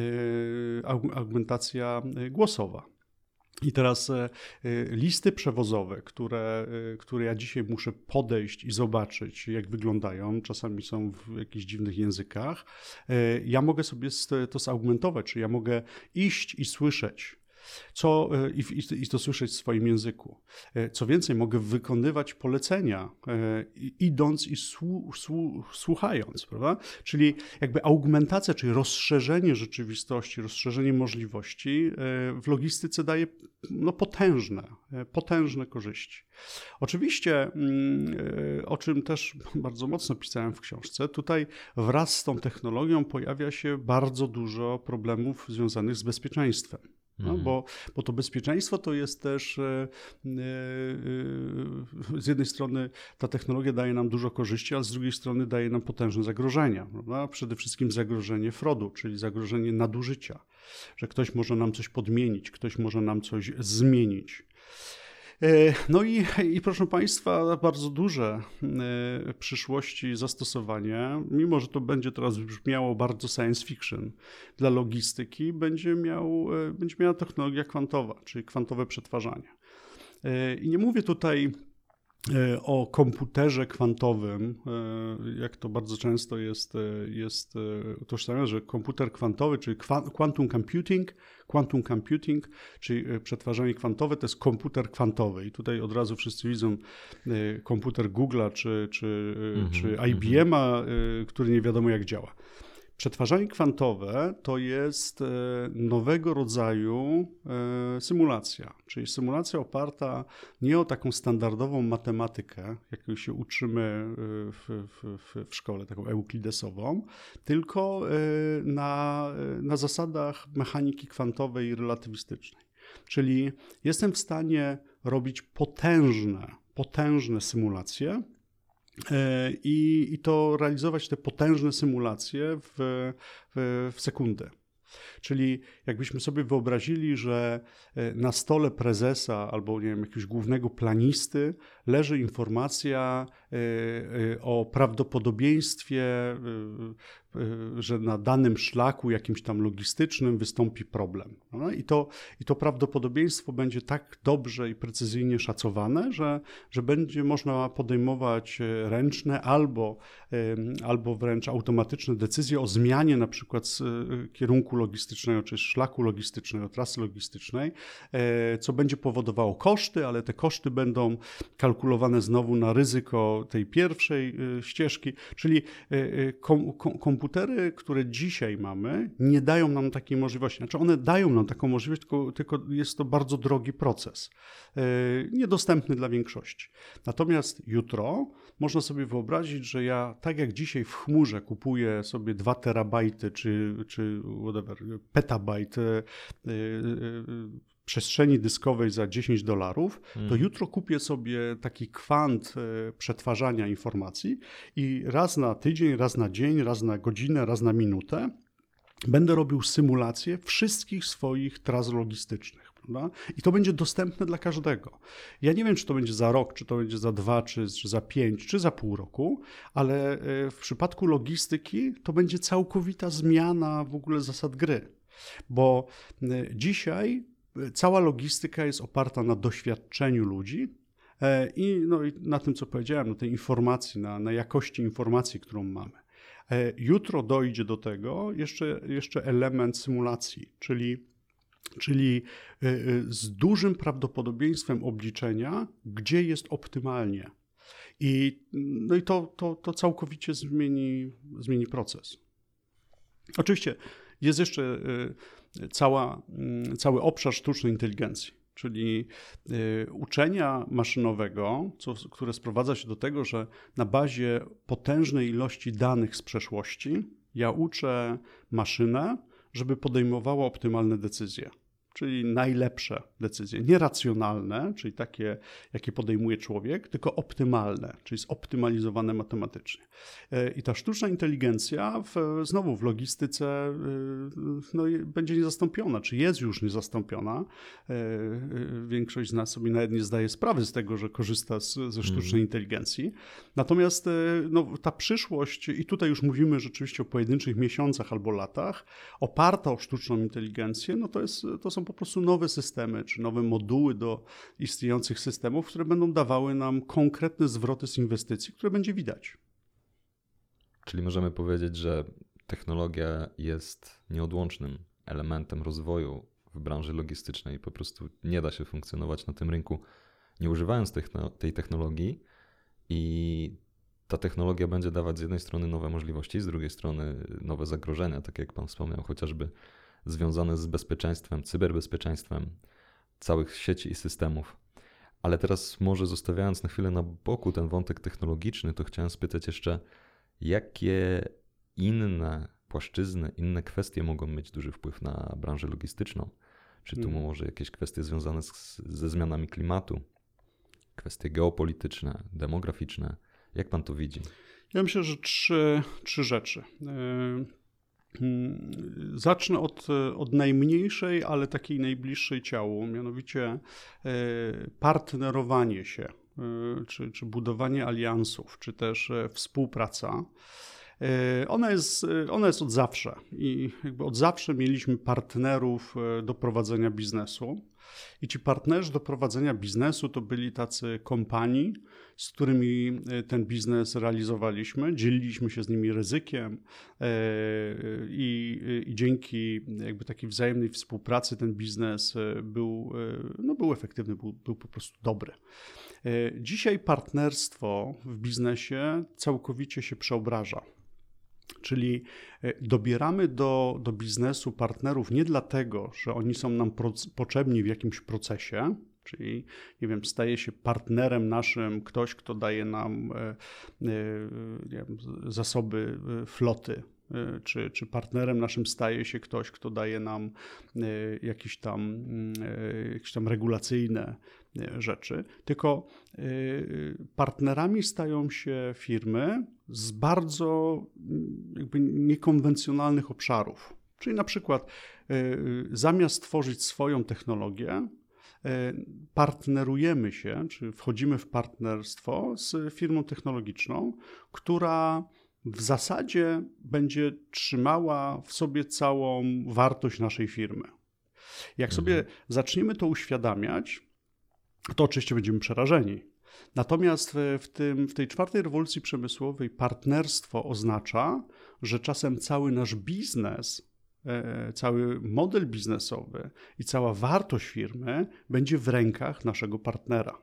e, augmentacja głosowa. I teraz listy przewozowe, które, które ja dzisiaj muszę podejść i zobaczyć, jak wyglądają, czasami są w jakichś dziwnych językach, ja mogę sobie to zaugmentować, czyli ja mogę iść i słyszeć, Co, i, i, i to słyszeć w swoim języku. Co więcej, mogę wykonywać polecenia, idąc i słu, słu, słuchając, prawda? Czyli jakby augmentacja, czyli rozszerzenie rzeczywistości, rozszerzenie możliwości w logistyce daje no, potężne, potężne korzyści. Oczywiście, o czym też bardzo mocno pisałem w książce, tutaj wraz z tą technologią pojawia się bardzo dużo problemów związanych z bezpieczeństwem. No, Mhm. bo, bo to bezpieczeństwo to jest też e, e, z jednej strony ta technologia daje nam dużo korzyści, ale z drugiej strony daje nam potężne zagrożenia. Prawda? Przede wszystkim zagrożenie fraudu, czyli zagrożenie nadużycia, że ktoś może nam coś podmienić, ktoś może nam coś zmienić. No i, i proszę Państwa, bardzo duże w przyszłości zastosowanie, mimo że to będzie teraz brzmiało bardzo science fiction, dla logistyki będzie, miał, będzie miała technologia kwantowa, czyli kwantowe przetwarzanie. I nie mówię tutaj o komputerze kwantowym, jak to bardzo często jest, jest utożsamiane, że komputer kwantowy, czyli quantum computing, quantum computing, czyli przetwarzanie kwantowe, to jest komputer kwantowy. I tutaj od razu wszyscy widzą komputer Google'a czy, czy, mm-hmm, czy I B M-a, mm-hmm. który nie wiadomo jak działa. Przetwarzanie kwantowe to jest nowego rodzaju symulacja, czyli symulacja oparta nie o taką standardową matematykę, jaką się uczymy w, w, w szkole, taką euklidesową, tylko na, na zasadach mechaniki kwantowej i relatywistycznej. Czyli jestem w stanie robić potężne, potężne symulacje, I, i to realizować te potężne symulacje w, w, w sekundę. Czyli jakbyśmy sobie wyobrazili, że na stole prezesa albo nie wiem, jakiegoś głównego planisty leży informacja o prawdopodobieństwie, że na danym szlaku jakimś tam logistycznym wystąpi problem. No i, to, i to prawdopodobieństwo będzie tak dobrze i precyzyjnie szacowane, że, że będzie można podejmować ręczne albo, albo wręcz automatyczne decyzje o zmianie na przykład kierunku logistycznego, czy szlaku logistycznego, trasy logistycznej, co będzie powodowało koszty, ale te koszty będą kalkulowane znowu na ryzyko tej pierwszej ścieżki, czyli kom, kom, komputery, które dzisiaj mamy, nie dają nam takiej możliwości. Znaczy one dają nam taką możliwość, tylko, tylko jest to bardzo drogi proces, niedostępny dla większości. Natomiast jutro można sobie wyobrazić, że ja tak jak dzisiaj w chmurze kupuję sobie dwa terabajty czy, czy whatever, petabajt przestrzeni dyskowej za dziesięć dolarów, to hmm. jutro kupię sobie taki kwant przetwarzania informacji i raz na tydzień, raz na dzień, raz na godzinę, raz na minutę będę robił symulację wszystkich swoich tras logistycznych. Prawda? I to będzie dostępne dla każdego. Ja nie wiem, czy to będzie za rok, czy to będzie za dwa, czy, czy za pięć, czy za pół roku, ale w przypadku logistyki to będzie całkowita zmiana w ogóle zasad gry. Bo dzisiaj cała logistyka jest oparta na doświadczeniu ludzi i, no, i na tym, co powiedziałem, na tej informacji, na, na jakości informacji, którą mamy. Jutro dojdzie do tego jeszcze, jeszcze element symulacji, czyli, czyli z dużym prawdopodobieństwem obliczenia, gdzie jest optymalnie. I, no i to, to, to całkowicie zmieni, zmieni proces. Oczywiście jest jeszcze cała, cały obszar sztucznej inteligencji, czyli uczenia maszynowego, co, które sprowadza się do tego, że na bazie potężnej ilości danych z przeszłości ja uczę maszynę, żeby podejmowała optymalne decyzje. Czyli najlepsze decyzje, nie racjonalne, czyli takie, jakie podejmuje człowiek, tylko optymalne, czyli zoptymalizowane matematycznie. I ta sztuczna inteligencja w, znowu w logistyce no, będzie niezastąpiona, czy jest już niezastąpiona. Większość z nas sobie nawet nie zdaje sprawy z tego, że korzysta z, ze sztucznej mm. inteligencji. Natomiast no, ta przyszłość, i tutaj już mówimy rzeczywiście o pojedynczych miesiącach albo latach, oparta o sztuczną inteligencję, no to, jest, to są po prostu nowe systemy, czy nowe moduły do istniejących systemów, które będą dawały nam konkretne zwroty z inwestycji, które będzie widać. Czyli możemy powiedzieć, że technologia jest nieodłącznym elementem rozwoju w branży logistycznej. Po prostu nie da się funkcjonować na tym rynku, nie używając tej technologii i ta technologia będzie dawać z jednej strony nowe możliwości, z drugiej strony nowe zagrożenia, tak jak pan wspomniał, chociażby związane z bezpieczeństwem, cyberbezpieczeństwem całych sieci i systemów. Ale teraz może zostawiając na chwilę na boku ten wątek technologiczny, to chciałem spytać jeszcze, jakie inne płaszczyzny, inne kwestie mogą mieć duży wpływ na branżę logistyczną? Czy tu hmm. może jakieś kwestie związane z, ze zmianami klimatu, kwestie geopolityczne, demograficzne? Jak pan to widzi? Ja myślę, że trzy, trzy rzeczy. Zacznę od, od najmniejszej, ale takiej najbliższej ciału, mianowicie partnerowanie się, czy, czy budowanie aliansów, czy też współpraca. Ona jest, ona jest od zawsze i jakby od zawsze mieliśmy partnerów do prowadzenia biznesu. I ci partnerzy do prowadzenia biznesu to byli tacy kompanii, z którymi ten biznes realizowaliśmy, dzieliliśmy się z nimi ryzykiem i, i dzięki jakby takiej wzajemnej współpracy ten biznes był, no był efektywny, był, był po prostu dobry. Dzisiaj partnerstwo w biznesie całkowicie się przeobraża. Czyli dobieramy do, do biznesu partnerów nie dlatego, że oni są nam pro, potrzebni w jakimś procesie, czyli nie wiem, staje się partnerem naszym ktoś, kto daje nam e, e, nie wiem, zasoby floty, e, czy, czy partnerem naszym staje się ktoś, kto daje nam e, jakieś tam, e, jakieś tam regulacyjne rzeczy, tylko partnerami stają się firmy z bardzo jakby niekonwencjonalnych obszarów. Czyli na przykład zamiast tworzyć swoją technologię, partnerujemy się, czy wchodzimy w partnerstwo z firmą technologiczną, która w zasadzie będzie trzymała w sobie całą wartość naszej firmy. Jak sobie mhm. zaczniemy to uświadamiać, to oczywiście będziemy przerażeni. Natomiast w, tym, w tej czwartej rewolucji przemysłowej partnerstwo oznacza, że czasem cały nasz biznes, cały model biznesowy i cała wartość firmy będzie w rękach naszego partnera.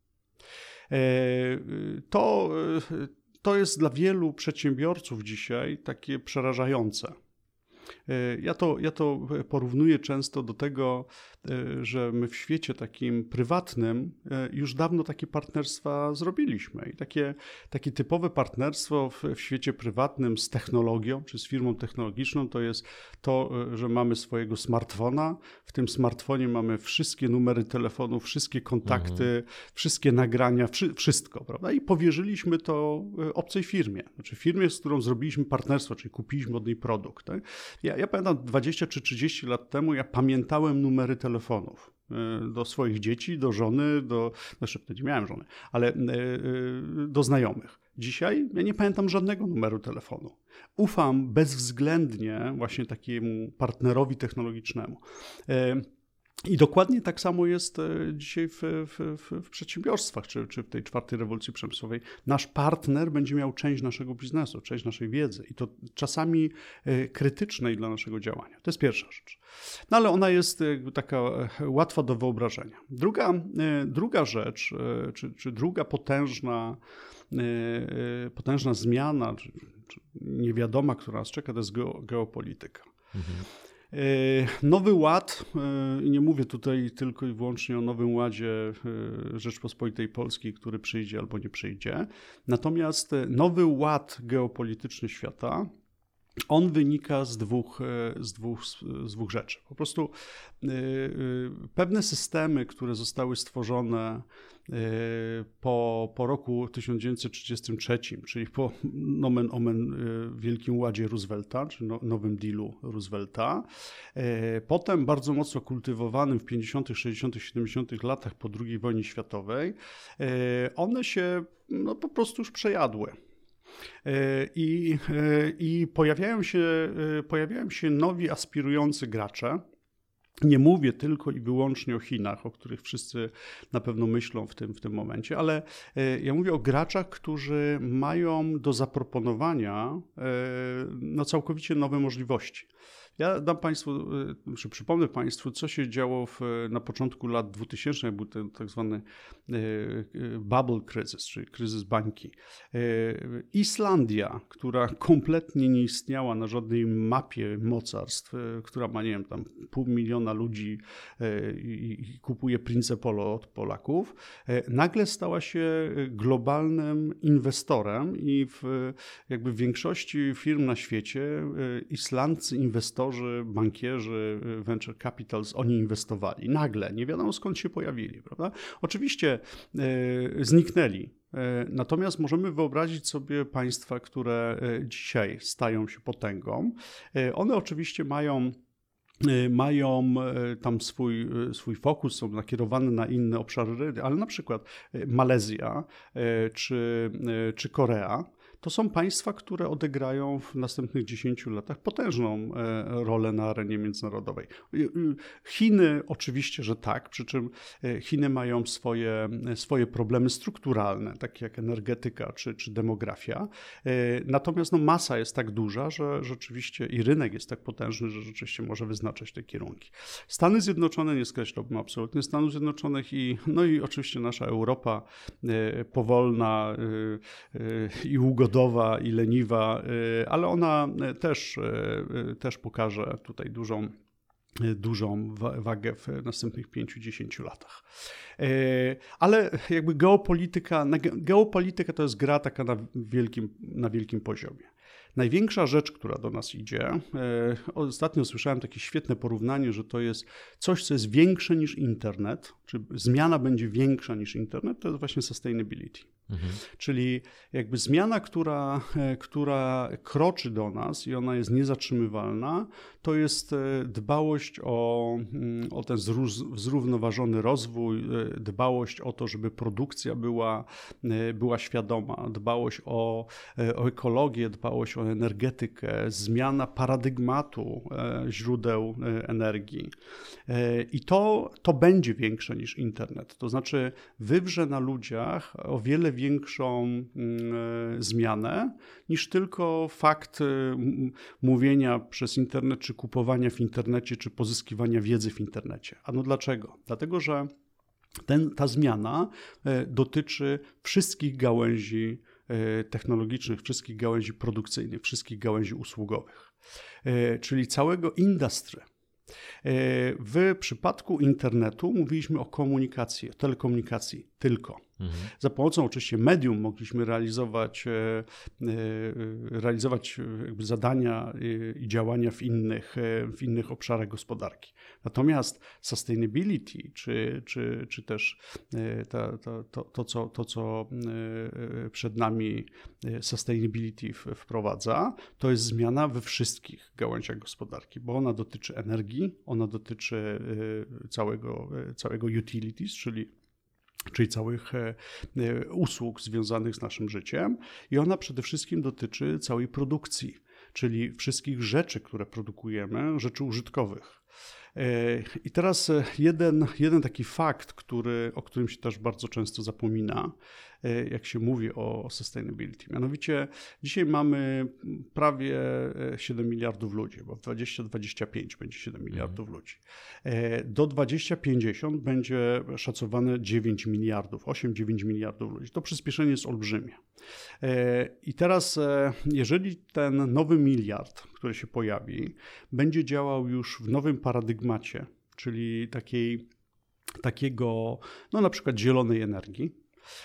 To, to jest dla wielu przedsiębiorców dzisiaj takie przerażające. Ja to, ja to porównuję często do tego, że my w świecie takim prywatnym już dawno takie partnerstwa zrobiliśmy. I takie, takie typowe partnerstwo w, w świecie prywatnym z technologią, czy z firmą technologiczną, to jest to, że mamy swojego smartfona. W tym smartfonie mamy wszystkie numery telefonu, wszystkie kontakty, mhm. wszystkie nagrania, wszy, wszystko, prawda? I powierzyliśmy to obcej firmie. Znaczy firmie, z którą zrobiliśmy partnerstwo, czyli kupiliśmy od niej produkt. Tak? Ja, ja pamiętam dwadzieścia czy trzydzieści lat temu, ja pamiętałem numery telefonów do swoich dzieci, do żony, do, znaczy wtedy nie miałem żony, ale do znajomych. Dzisiaj ja nie pamiętam żadnego numeru telefonu. Ufam bezwzględnie właśnie takiemu partnerowi technologicznemu. I dokładnie tak samo jest dzisiaj w, w, w przedsiębiorstwach, czy, czy w tej czwartej rewolucji przemysłowej. Nasz partner będzie miał część naszego biznesu, część naszej wiedzy i to czasami krytycznej dla naszego działania. To jest pierwsza rzecz. No ale ona jest taka łatwa do wyobrażenia. Druga, druga rzecz, czy, czy druga potężna, potężna zmiana, czy, czy niewiadoma, która nas czeka, to jest geopolityka. Mhm. Nowy Ład, i nie mówię tutaj tylko i wyłącznie o Nowym Ładzie Rzeczpospolitej Polskiej, który przyjdzie albo nie przyjdzie, natomiast Nowy Ład geopolityczny świata, on wynika z dwóch, z dwóch, z dwóch rzeczy. Po prostu pewne systemy, które zostały stworzone po, po roku tysiąc dziewięćset trzydziestym trzecim, czyli po nomen omen Wielkim Ładzie Roosevelta, czy Nowym Dealu Roosevelta, potem bardzo mocno kultywowanym w pięćdziesiątych, sześćdziesiątych, siedemdziesiątych latach po drugiej wojnie światowej, one się no, po prostu już przejadły. I, i pojawiają się, pojawiają się nowi aspirujący gracze. Nie mówię tylko i wyłącznie o Chinach, o których wszyscy na pewno myślą w tym, w tym momencie, ale ja mówię o graczach, którzy mają do zaproponowania no, całkowicie nowe możliwości. Ja dam Państwu, czy przypomnę Państwu, co się działo w, na początku lat dwutysięcznych, jak był ten tak zwany bubble crisis, czyli kryzys bańki. Islandia, która kompletnie nie istniała na żadnej mapie mocarstw, która ma, nie wiem, tam pół miliona ludzi i kupuje Prince Polo od Polaków, nagle stała się globalnym inwestorem i w jakby w większości firm na świecie islandzcy inwestorzy, bankierzy, venture capitals, oni inwestowali. Nagle, nie wiadomo skąd się pojawili, prawda? Oczywiście e, zniknęli. E, natomiast możemy wyobrazić sobie państwa, które dzisiaj stają się potęgą. E, one oczywiście mają mają tam swój, swój fokus, są nakierowane na inne obszary, ale na przykład Malezja czy, czy Korea to są państwa, które odegrają w następnych dziesięciu latach potężną rolę na arenie międzynarodowej. Chiny oczywiście, że tak, przy czym Chiny mają swoje, swoje problemy strukturalne, takie jak energetyka czy, czy demografia. Natomiast no, masa jest tak duża, że rzeczywiście i rynek jest tak potężny, że rzeczywiście może wyznaczać te kierunki. Stany Zjednoczone nie skreślałbym absolutnie Stanów Zjednoczonych i, no i oczywiście nasza Europa powolna i ugodowa, i leniwa, ale ona też, też pokaże tutaj dużą, dużą wagę w następnych pięciu do dziesięciu latach. Ale jakby geopolityka, geopolityka to jest gra taka na wielkim, na wielkim poziomie. Największa rzecz, która do nas idzie, ostatnio słyszałem takie świetne porównanie, że to jest coś, co jest większe niż internet, czy zmiana będzie większa niż internet, to jest właśnie sustainability. Mhm. Czyli jakby zmiana, która, która kroczy do nas i ona jest niezatrzymywalna, to jest dbałość o, o ten zrównoważony rozwój, dbałość o to, żeby produkcja była, była świadoma, dbałość o, o ekologię, dbałość o energetykę, zmiana paradygmatu źródeł energii. I to, to będzie większe niż internet. To znaczy wywrze na ludziach o wiele większą zmianę niż tylko fakt mówienia przez internet, czy kupowania w internecie, czy pozyskiwania wiedzy w internecie. A no dlaczego? Dlatego, że ten, ta zmiana dotyczy wszystkich gałęzi technologicznych, wszystkich gałęzi produkcyjnych, wszystkich gałęzi usługowych, czyli całego industry. W przypadku internetu mówiliśmy o komunikacji, o telekomunikacji tylko. Mhm. Za pomocą oczywiście medium mogliśmy realizować, realizować jakby zadania i działania w innych, w innych obszarach gospodarki. Natomiast sustainability, czy, czy, czy też to, to, to, to, co, to, co przed nami sustainability wprowadza, to jest zmiana we wszystkich gałęziach gospodarki, bo ona dotyczy energii, ona dotyczy całego, całego utilities, czyli czyli całych usług związanych z naszym życiem i ona przede wszystkim dotyczy całej produkcji, czyli wszystkich rzeczy, które produkujemy, rzeczy użytkowych. I teraz jeden, jeden taki fakt, który, o którym się też bardzo często zapomina, jak się mówi o sustainability. Mianowicie dzisiaj mamy prawie siedem miliardów ludzi, bo w dwa tysiące dwudziestym piątym będzie siedem miliardów ludzi. Do dwa tysiące pięćdziesiątego będzie szacowane dziewięć miliardów, osiem do dziewięciu miliardów ludzi. To przyspieszenie jest olbrzymie. I teraz, jeżeli ten nowy miliard, który się pojawi, będzie działał już w nowym paradygmacie, czyli takiej, takiego, no na przykład zielonej energii,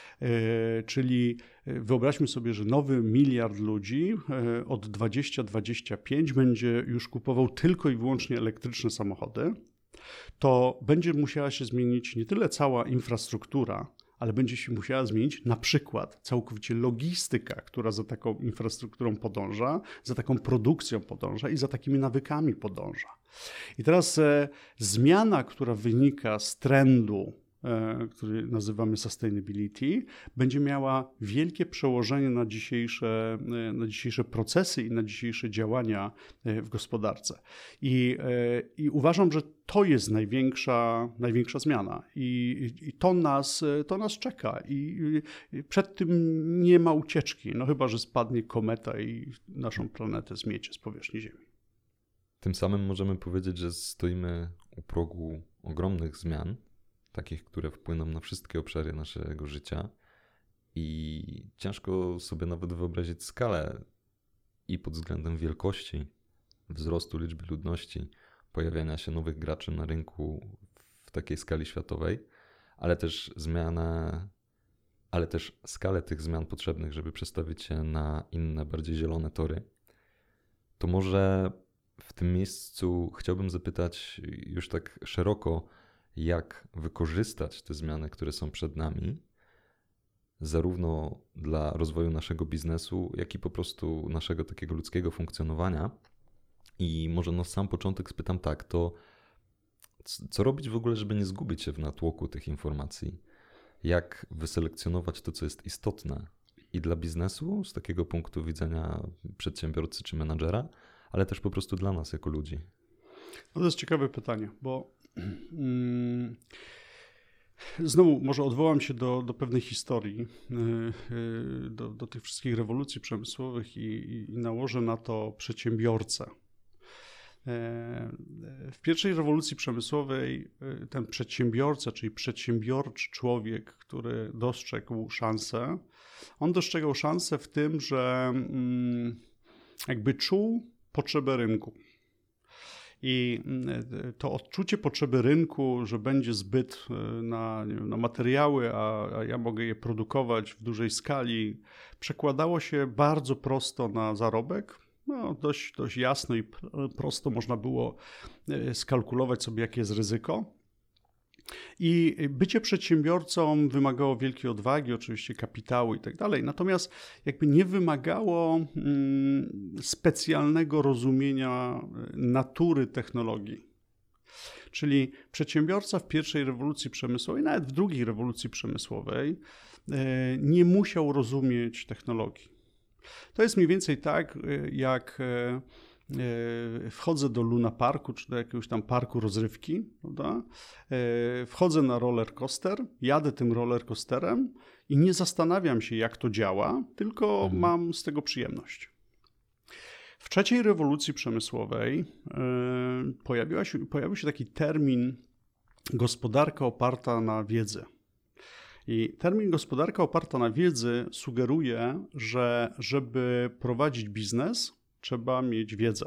czyli wyobraźmy sobie, że nowy miliard ludzi od dwudziestego do dwudziestego piątego będzie już kupował tylko i wyłącznie elektryczne samochody, to będzie musiała się zmienić nie tyle cała infrastruktura, ale będzie się musiała zmienić na przykład całkowicie logistyka, która za taką infrastrukturą podąża, za taką produkcją podąża i za takimi nawykami podąża. I teraz e, zmiana, która wynika z trendu, e, który nazywamy sustainability, będzie miała wielkie przełożenie na dzisiejsze, e, na dzisiejsze procesy i na dzisiejsze działania e, w gospodarce. I, e, i uważam, że to jest największa, największa zmiana i, i to, nas, to nas czeka i, i przed tym nie ma ucieczki, no chyba że spadnie kometa i naszą planetę zmiecie z powierzchni Ziemi. Tym samym możemy powiedzieć, że stoimy u progu ogromnych zmian, takich, które wpłyną na wszystkie obszary naszego życia i ciężko sobie nawet wyobrazić skalę i pod względem wielkości, wzrostu liczby ludności, pojawiania się nowych graczy na rynku w takiej skali światowej, ale też zmianę, ale też skalę tych zmian potrzebnych, żeby przestawić się na inne, bardziej zielone tory. To może w tym miejscu chciałbym zapytać już tak szeroko, jak wykorzystać te zmiany, które są przed nami, zarówno dla rozwoju naszego biznesu, jak i po prostu naszego takiego ludzkiego funkcjonowania. I może na sam początek spytam tak, to co robić w ogóle, żeby nie zgubić się w natłoku tych informacji? Jak wyselekcjonować to, co jest istotne i dla biznesu, z takiego punktu widzenia przedsiębiorcy czy menadżera, ale też po prostu dla nas jako ludzi? No to jest ciekawe pytanie, bo mm, znowu może odwołam się do, do pewnej historii, yy, do, do tych wszystkich rewolucji przemysłowych i, i nałożę na to przedsiębiorcę. W pierwszej rewolucji przemysłowej ten przedsiębiorca, czyli przedsiębiorczy człowiek, który dostrzegł szansę, on dostrzegał szansę w tym, że jakby czuł potrzebę rynku. I to odczucie potrzeby rynku, że będzie zbyt na, nie wiem, na materiały, a, a ja mogę je produkować w dużej skali, przekładało się bardzo prosto na zarobek. No, dość, dość jasno i prosto można było skalkulować sobie, jakie jest ryzyko. I bycie przedsiębiorcą wymagało wielkiej odwagi, oczywiście kapitału i tak dalej, natomiast jakby nie wymagało mm, specjalnego rozumienia natury technologii. Czyli przedsiębiorca w pierwszej rewolucji przemysłowej, nawet w drugiej rewolucji przemysłowej nie musiał rozumieć technologii. To jest mniej więcej tak, jak wchodzę do Luna Parku, czy do jakiegoś tam parku rozrywki, prawda? Wchodzę na roller coaster, jadę tym roller coasterem i nie zastanawiam się, jak to działa, tylko mhm. mam z tego przyjemność. W trzeciej rewolucji przemysłowej pojawiła się, pojawił się taki termin gospodarka oparta na wiedzy. I termin gospodarka oparta na wiedzy sugeruje, że żeby prowadzić biznes, trzeba mieć wiedzę.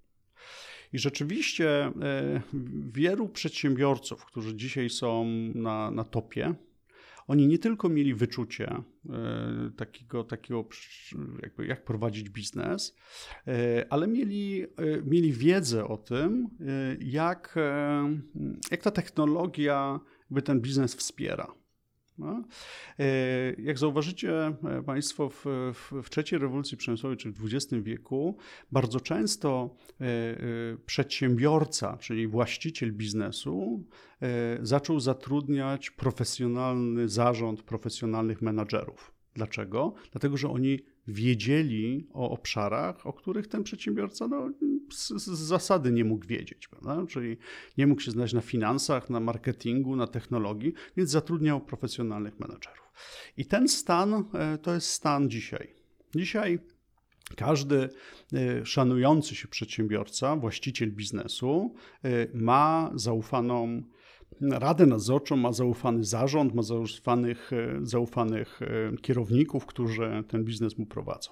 I rzeczywiście wielu przedsiębiorców, którzy dzisiaj są na, na topie, oni nie tylko mieli wyczucie takiego, takiego jakby jak prowadzić biznes, ale mieli, mieli wiedzę o tym, jak, jak ta technologia jakby ten biznes wspiera. No. Jak zauważycie Państwo, w, w, w trzeciej rewolucji przemysłowej, czyli w dwudziestym wieku, bardzo często przedsiębiorca, czyli właściciel biznesu, zaczął zatrudniać profesjonalny zarząd, profesjonalnych menadżerów. Dlaczego? Dlatego, że oni wiedzieli o obszarach, o których ten przedsiębiorca no, z, z zasady nie mógł wiedzieć, prawda? Czyli nie mógł się znać na finansach, na marketingu, na technologii, więc zatrudniał profesjonalnych menadżerów. I ten stan to jest stan dzisiaj. Dzisiaj każdy szanujący się przedsiębiorca, właściciel biznesu ma zaufaną radę nadzorczą, ma zaufany zarząd, ma zaufanych, zaufanych kierowników, którzy ten biznes mu prowadzą.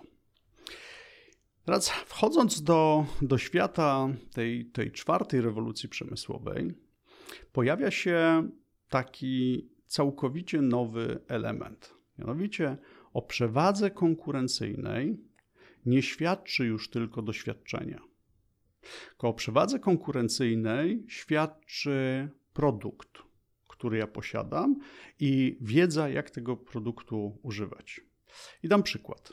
Teraz wchodząc do, do świata tej, tej czwartej rewolucji przemysłowej, pojawia się taki całkowicie nowy element. Mianowicie o przewadze konkurencyjnej nie świadczy już tylko doświadczenie. Tylko o przewadze konkurencyjnej świadczy produkt, który ja posiadam i wiedza, jak tego produktu używać. I dam przykład.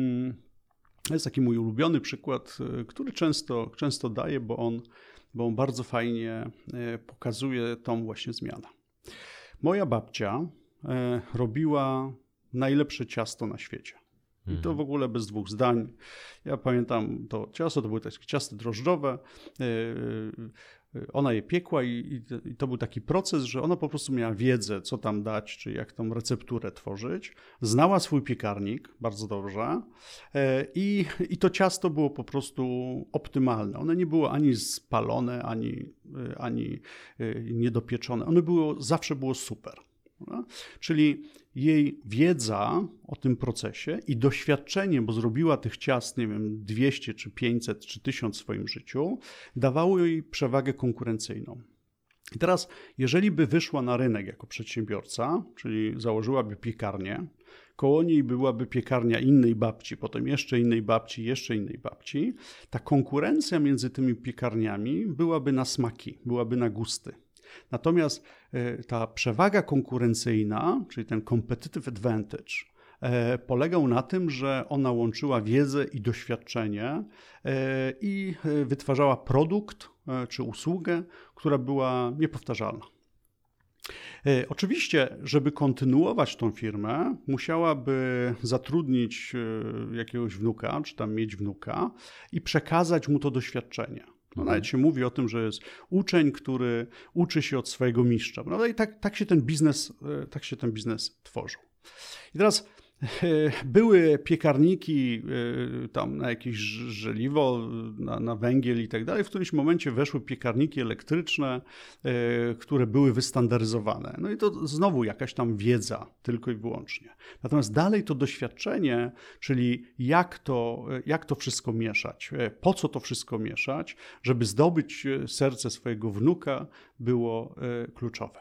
To jest taki mój ulubiony przykład, który często, często daję, bo on, bo on bardzo fajnie pokazuje tą właśnie zmianę. Moja babcia robiła najlepsze ciasto na świecie. I to w ogóle bez dwóch zdań. Ja pamiętam to ciasto, to były takie ciasto drożdżowe. ona je piekła i, i to był taki proces, że ona po prostu miała wiedzę, co tam dać, czy jak tą recepturę tworzyć. Znała swój piekarnik bardzo dobrze i, i to ciasto było po prostu optymalne. One nie było ani spalone, ani, ani niedopieczone. One było, zawsze było super. No? Czyli jej wiedza o tym procesie i doświadczenie, bo zrobiła tych ciast, nie wiem, dwieście czy pięćset czy tysiąc w swoim życiu, dawało jej przewagę konkurencyjną. I teraz, jeżeli by wyszła na rynek jako przedsiębiorca, czyli założyłaby piekarnię, koło niej byłaby piekarnia innej babci, potem jeszcze innej babci, jeszcze innej babci, ta konkurencja między tymi piekarniami byłaby na smaki, byłaby na gusty. Natomiast ta przewaga konkurencyjna, czyli ten competitive advantage, polegał na tym, że ona łączyła wiedzę i doświadczenie i wytwarzała produkt czy usługę, która była niepowtarzalna. Oczywiście, żeby kontynuować tą firmę, musiałaby zatrudnić jakiegoś wnuka, czy tam mieć wnuka i przekazać mu to doświadczenie. No, nawet się mówi o tym, że jest uczeń, który uczy się od swojego mistrza. No i tak, tak, się ten biznes, tak się ten biznes tworzył. I teraz były piekarniki tam na jakieś żeliwo, na, na węgiel i tak dalej. W którymś momencie weszły piekarniki elektryczne, które były wystandaryzowane. No i to znowu jakaś tam wiedza tylko i wyłącznie. Natomiast dalej to doświadczenie, czyli jak to, jak to wszystko mieszać, po co to wszystko mieszać, żeby zdobyć serce swojego wnuka, było kluczowe.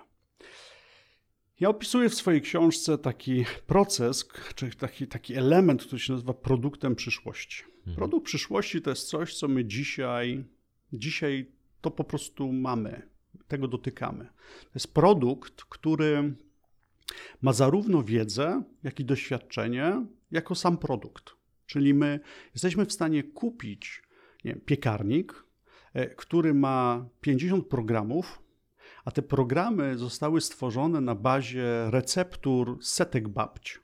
Ja opisuję w swojej książce taki proces, czy taki, taki element, który się nazywa produktem przyszłości. Mhm. Produkt przyszłości to jest coś, co my dzisiaj, dzisiaj to po prostu mamy, tego dotykamy. To jest produkt, który ma zarówno wiedzę, jak i doświadczenie, jako sam produkt. Czyli my jesteśmy w stanie kupić, nie wiem, piekarnik, który ma pięćdziesiąt programów, a te programy zostały stworzone na bazie receptur setek babci.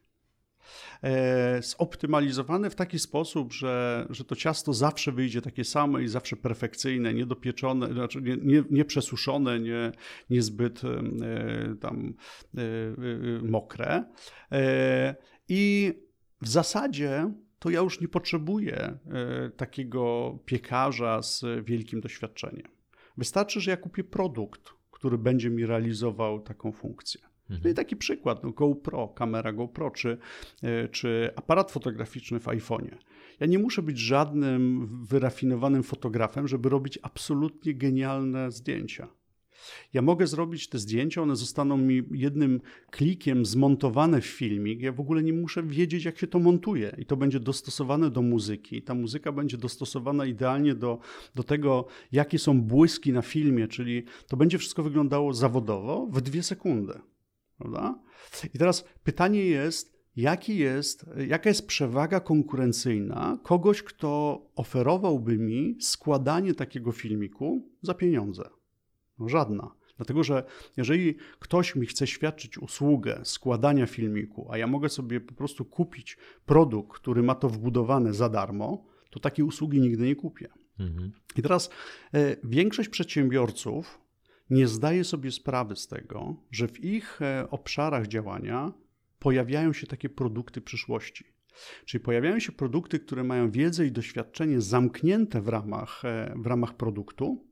E, zoptymalizowane w taki sposób, że, że to ciasto zawsze wyjdzie takie same i zawsze perfekcyjne, niedopieczone, znaczy nie, nie, nie przesuszone, nie, niezbyt e, tam e, e, mokre. E, I w zasadzie to ja już nie potrzebuję e, takiego piekarza z wielkim doświadczeniem. Wystarczy, że ja kupię produkt, który będzie mi realizował taką funkcję. Mhm. No i taki przykład, no GoPro, kamera GoPro, czy, czy aparat fotograficzny w iPhone'ie. Ja nie muszę być żadnym wyrafinowanym fotografem, żeby robić absolutnie genialne zdjęcia. Ja mogę zrobić te zdjęcia, one zostaną mi jednym klikiem zmontowane w filmik. Ja w ogóle nie muszę wiedzieć, jak się to montuje. I to będzie dostosowane do muzyki. Ta muzyka będzie dostosowana idealnie do, do tego, jakie są błyski na filmie, czyli to będzie wszystko wyglądało zawodowo w dwie sekundy. Prawda? I teraz pytanie jest, jaki jest, jaka jest przewaga konkurencyjna kogoś, kto oferowałby mi składanie takiego filmiku za pieniądze? No żadna. Dlatego, że jeżeli ktoś mi chce świadczyć usługę składania filmiku, a ja mogę sobie po prostu kupić produkt, który ma to wbudowane za darmo, to takiej usługi nigdy nie kupię. Mhm. I teraz e, większość przedsiębiorców nie zdaje sobie sprawy z tego, że w ich e, obszarach działania pojawiają się takie produkty przyszłości. Czyli pojawiają się produkty, które mają wiedzę i doświadczenie zamknięte w ramach, e, w ramach produktu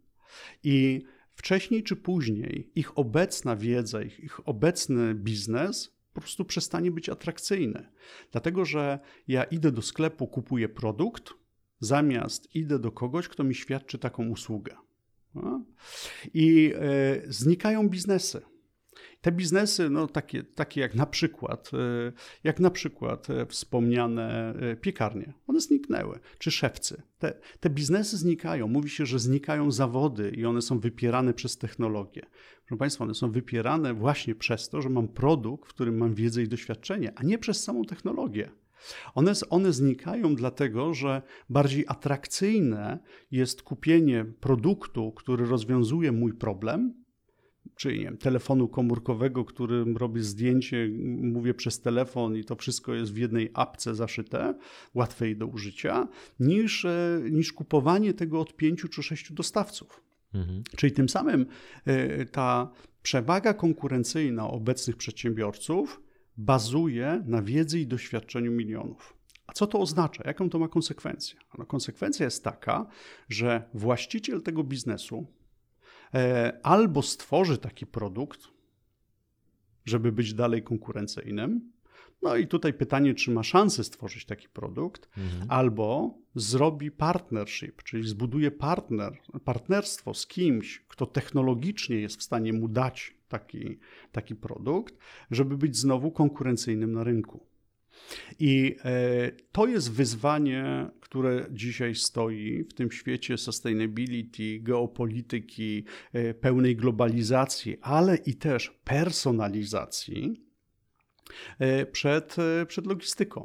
i wcześniej czy później ich obecna wiedza, ich, ich obecny biznes po prostu przestanie być atrakcyjny. Dlatego, że ja idę do sklepu, kupuję produkt, zamiast idę do kogoś, kto mi świadczy taką usługę. No? I e, znikają biznesy. Te biznesy, no takie, takie jak na przykład, jak na przykład wspomniane piekarnie, one zniknęły, czy szewcy. Te, te biznesy znikają. Mówi się, że znikają zawody i one są wypierane przez technologię. Proszę Państwa, one są wypierane właśnie przez to, że mam produkt, w którym mam wiedzę i doświadczenie, a nie przez samą technologię. One, one znikają dlatego, że bardziej atrakcyjne jest kupienie produktu, który rozwiązuje mój problem, czy nie wiem, telefonu komórkowego, którym robię zdjęcie, mówię przez telefon i to wszystko jest w jednej apce zaszyte, łatwej do użycia, niż, niż kupowanie tego od pięciu czy sześciu dostawców. Mhm. Czyli tym samym ta przewaga konkurencyjna obecnych przedsiębiorców bazuje na wiedzy i doświadczeniu milionów. A co to oznacza? Jaką to ma konsekwencję? No, konsekwencja jest taka, że właściciel tego biznesu e, albo stworzy taki produkt, żeby być dalej konkurencyjnym. No i tutaj pytanie, czy ma szansę stworzyć taki produkt, mhm. albo zrobi partnership, czyli zbuduje partner, partnerstwo z kimś, kto technologicznie jest w stanie mu dać taki, taki produkt, żeby być znowu konkurencyjnym na rynku. I e, to jest wyzwanie, które dzisiaj stoi w tym świecie sustainability, geopolityki, e, pełnej globalizacji, ale i też personalizacji e, przed, e, przed logistyką.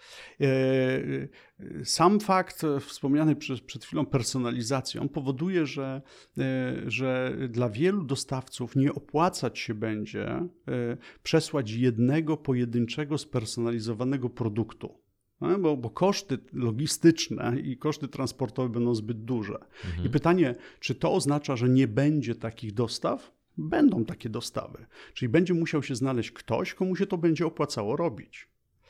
Sam fakt wspomniany przed, przed chwilą personalizacji, on powoduje, że, że dla wielu dostawców nie opłacać się będzie przesłać jednego pojedynczego spersonalizowanego produktu. Bo, bo koszty logistyczne i koszty transportowe będą zbyt duże. Mhm. I pytanie, czy to oznacza, że nie będzie takich dostaw? Będą takie dostawy. Czyli będzie musiał się znaleźć ktoś, komu się to będzie opłacało robić.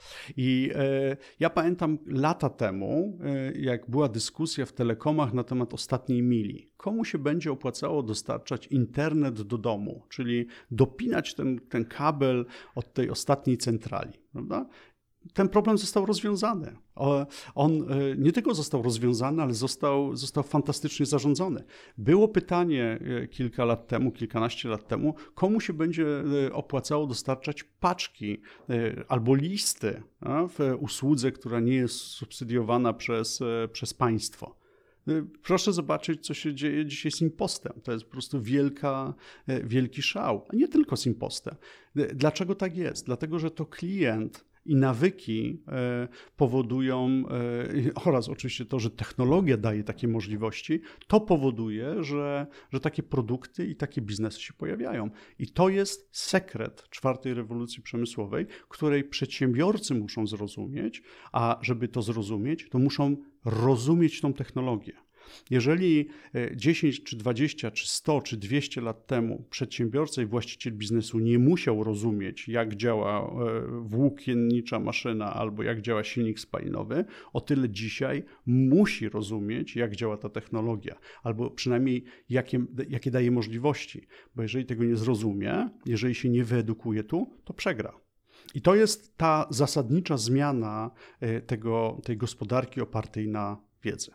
I e, ja pamiętam lata temu, e, jak była dyskusja w telekomach na temat ostatniej mili. Komu się będzie opłacało dostarczać internet do domu, czyli dopinać ten, ten kabel od tej ostatniej centrali, prawda? Ten problem został rozwiązany. On nie tylko został rozwiązany, ale został, został fantastycznie zarządzony. Było pytanie kilka lat temu, kilkanaście lat temu, komu się będzie opłacało dostarczać paczki albo listy w usłudze, która nie jest subsydiowana przez, przez państwo. Proszę zobaczyć, co się dzieje dzisiaj z impostem. To jest po prostu wielka, wielki szał. A nie tylko z impostem. Dlaczego tak jest? Dlatego, że to klient i nawyki powodują, oraz oczywiście to, że technologia daje takie możliwości, to powoduje, że, że takie produkty i takie biznesy się pojawiają. I to jest sekret czwartej rewolucji przemysłowej, której przedsiębiorcy muszą zrozumieć, a żeby to zrozumieć, to muszą rozumieć tą technologię. Jeżeli dziesięć, czy dwadzieścia, czy sto, czy dwieście lat temu przedsiębiorca i właściciel biznesu nie musiał rozumieć, jak działa włókiennicza maszyna albo jak działa silnik spalinowy, o tyle dzisiaj musi rozumieć, jak działa ta technologia, albo przynajmniej jakie, jakie daje możliwości, bo jeżeli tego nie zrozumie, jeżeli się nie wyedukuje tu, to przegra. I to jest ta zasadnicza zmiana tego, tej gospodarki opartej na wiedzy.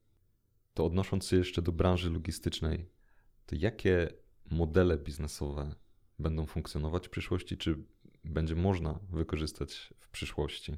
To odnosząc się jeszcze do branży logistycznej, to jakie modele biznesowe będą funkcjonować w przyszłości, czy będzie można wykorzystać w przyszłości?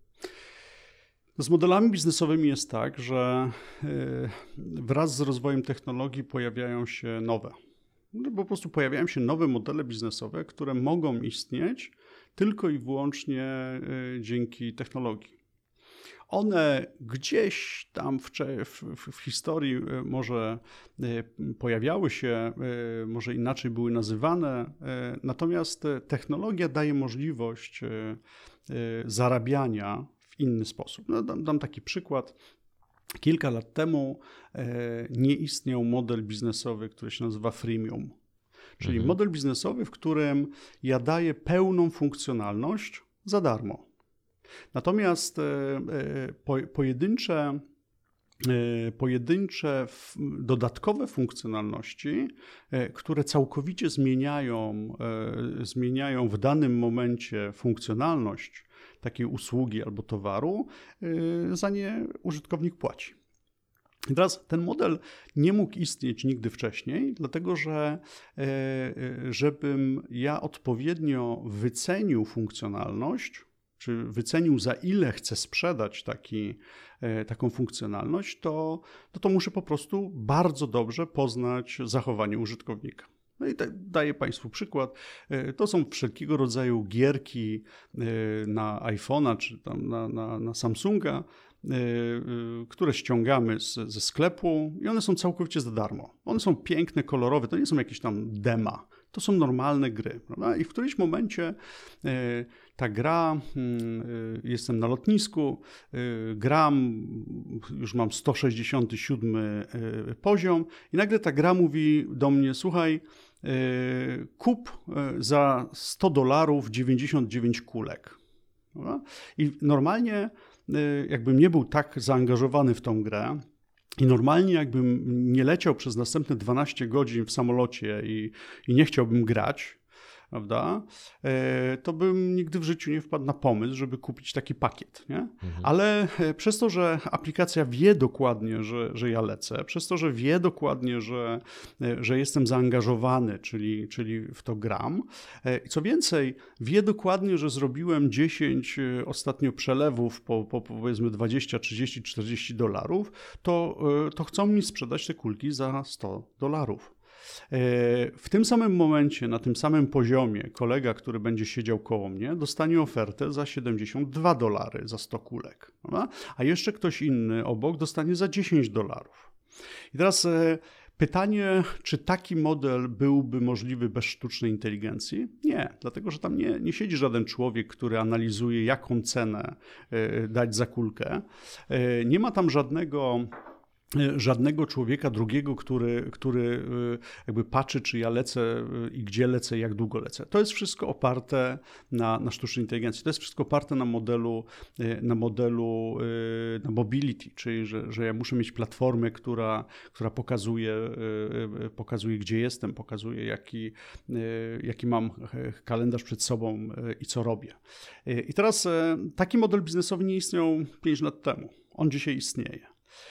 Z modelami biznesowymi jest tak, że wraz z rozwojem technologii pojawiają się nowe. Po prostu pojawiają się nowe modele biznesowe, które mogą istnieć tylko i wyłącznie dzięki technologii. One gdzieś tam w, w, w historii może pojawiały się, może inaczej były nazywane, natomiast technologia daje możliwość zarabiania w inny sposób. No, dam, dam taki przykład. Kilka lat temu nie istniał model biznesowy, który się nazywa freemium, czyli mhm. model biznesowy, w którym ja daję pełną funkcjonalność za darmo. Natomiast pojedyncze, pojedyncze dodatkowe funkcjonalności, które całkowicie zmieniają, zmieniają w danym momencie funkcjonalność takiej usługi albo towaru, za nie użytkownik płaci. I teraz ten model nie mógł istnieć nigdy wcześniej, dlatego że żebym ja odpowiednio wycenił funkcjonalność, czy wycenił, za ile chcę sprzedać taki, taką funkcjonalność, to, to to muszę po prostu bardzo dobrze poznać zachowanie użytkownika. No i daję Państwu przykład. To są wszelkiego rodzaju gierki na iPhone'a czy tam na, na, na Samsunga, które ściągamy z, ze sklepu i one są całkowicie za darmo. One są piękne, kolorowe, to nie są jakieś tam dema. To są normalne gry, prawda? I w którymś momencie ta gra, jestem na lotnisku, gram, już mam sto sześćdziesiąty siódmy poziom i nagle ta gra mówi do mnie, słuchaj, kup za sto dolarów dziewięćdziesiąt dziewięć kulek. I normalnie jakbym nie był tak zaangażowany w tą grę, i normalnie jakbym nie leciał przez następne dwanaście godzin w samolocie i, i nie chciałbym grać, prawda, to bym nigdy w życiu nie wpadł na pomysł, żeby kupić taki pakiet. Nie? Mhm. Ale przez to, że aplikacja wie dokładnie, że, że ja lecę, przez to, że wie dokładnie, że, że jestem zaangażowany, czyli, czyli w to gram, i co więcej, wie dokładnie, że zrobiłem dziesięć ostatnio przelewów po, po powiedzmy dwadzieścia, trzydzieści, czterdzieści dolarów, to, to chcą mi sprzedać te kulki za sto dolarów. W tym samym momencie, na tym samym poziomie kolega, który będzie siedział koło mnie, dostanie ofertę za siedemdziesiąt dwa dolary za sto kulek, prawda? A jeszcze ktoś inny obok dostanie za dziesięć dolarów. I teraz pytanie, czy taki model byłby możliwy bez sztucznej inteligencji? Nie, dlatego że tam nie, nie siedzi żaden człowiek, który analizuje, jaką cenę dać za kulkę. Nie ma tam żadnego... żadnego człowieka drugiego, który, który jakby patrzy, czy ja lecę i gdzie lecę, jak długo lecę. To jest wszystko oparte na, na sztucznej inteligencji. To jest wszystko oparte na modelu, na modelu na mobility, czyli że, że ja muszę mieć platformę, która, która pokazuje, pokazuje, gdzie jestem, pokazuje, jaki, jaki mam kalendarz przed sobą i co robię. I teraz taki model biznesowy nie istniał pięć lat temu. On dzisiaj istnieje.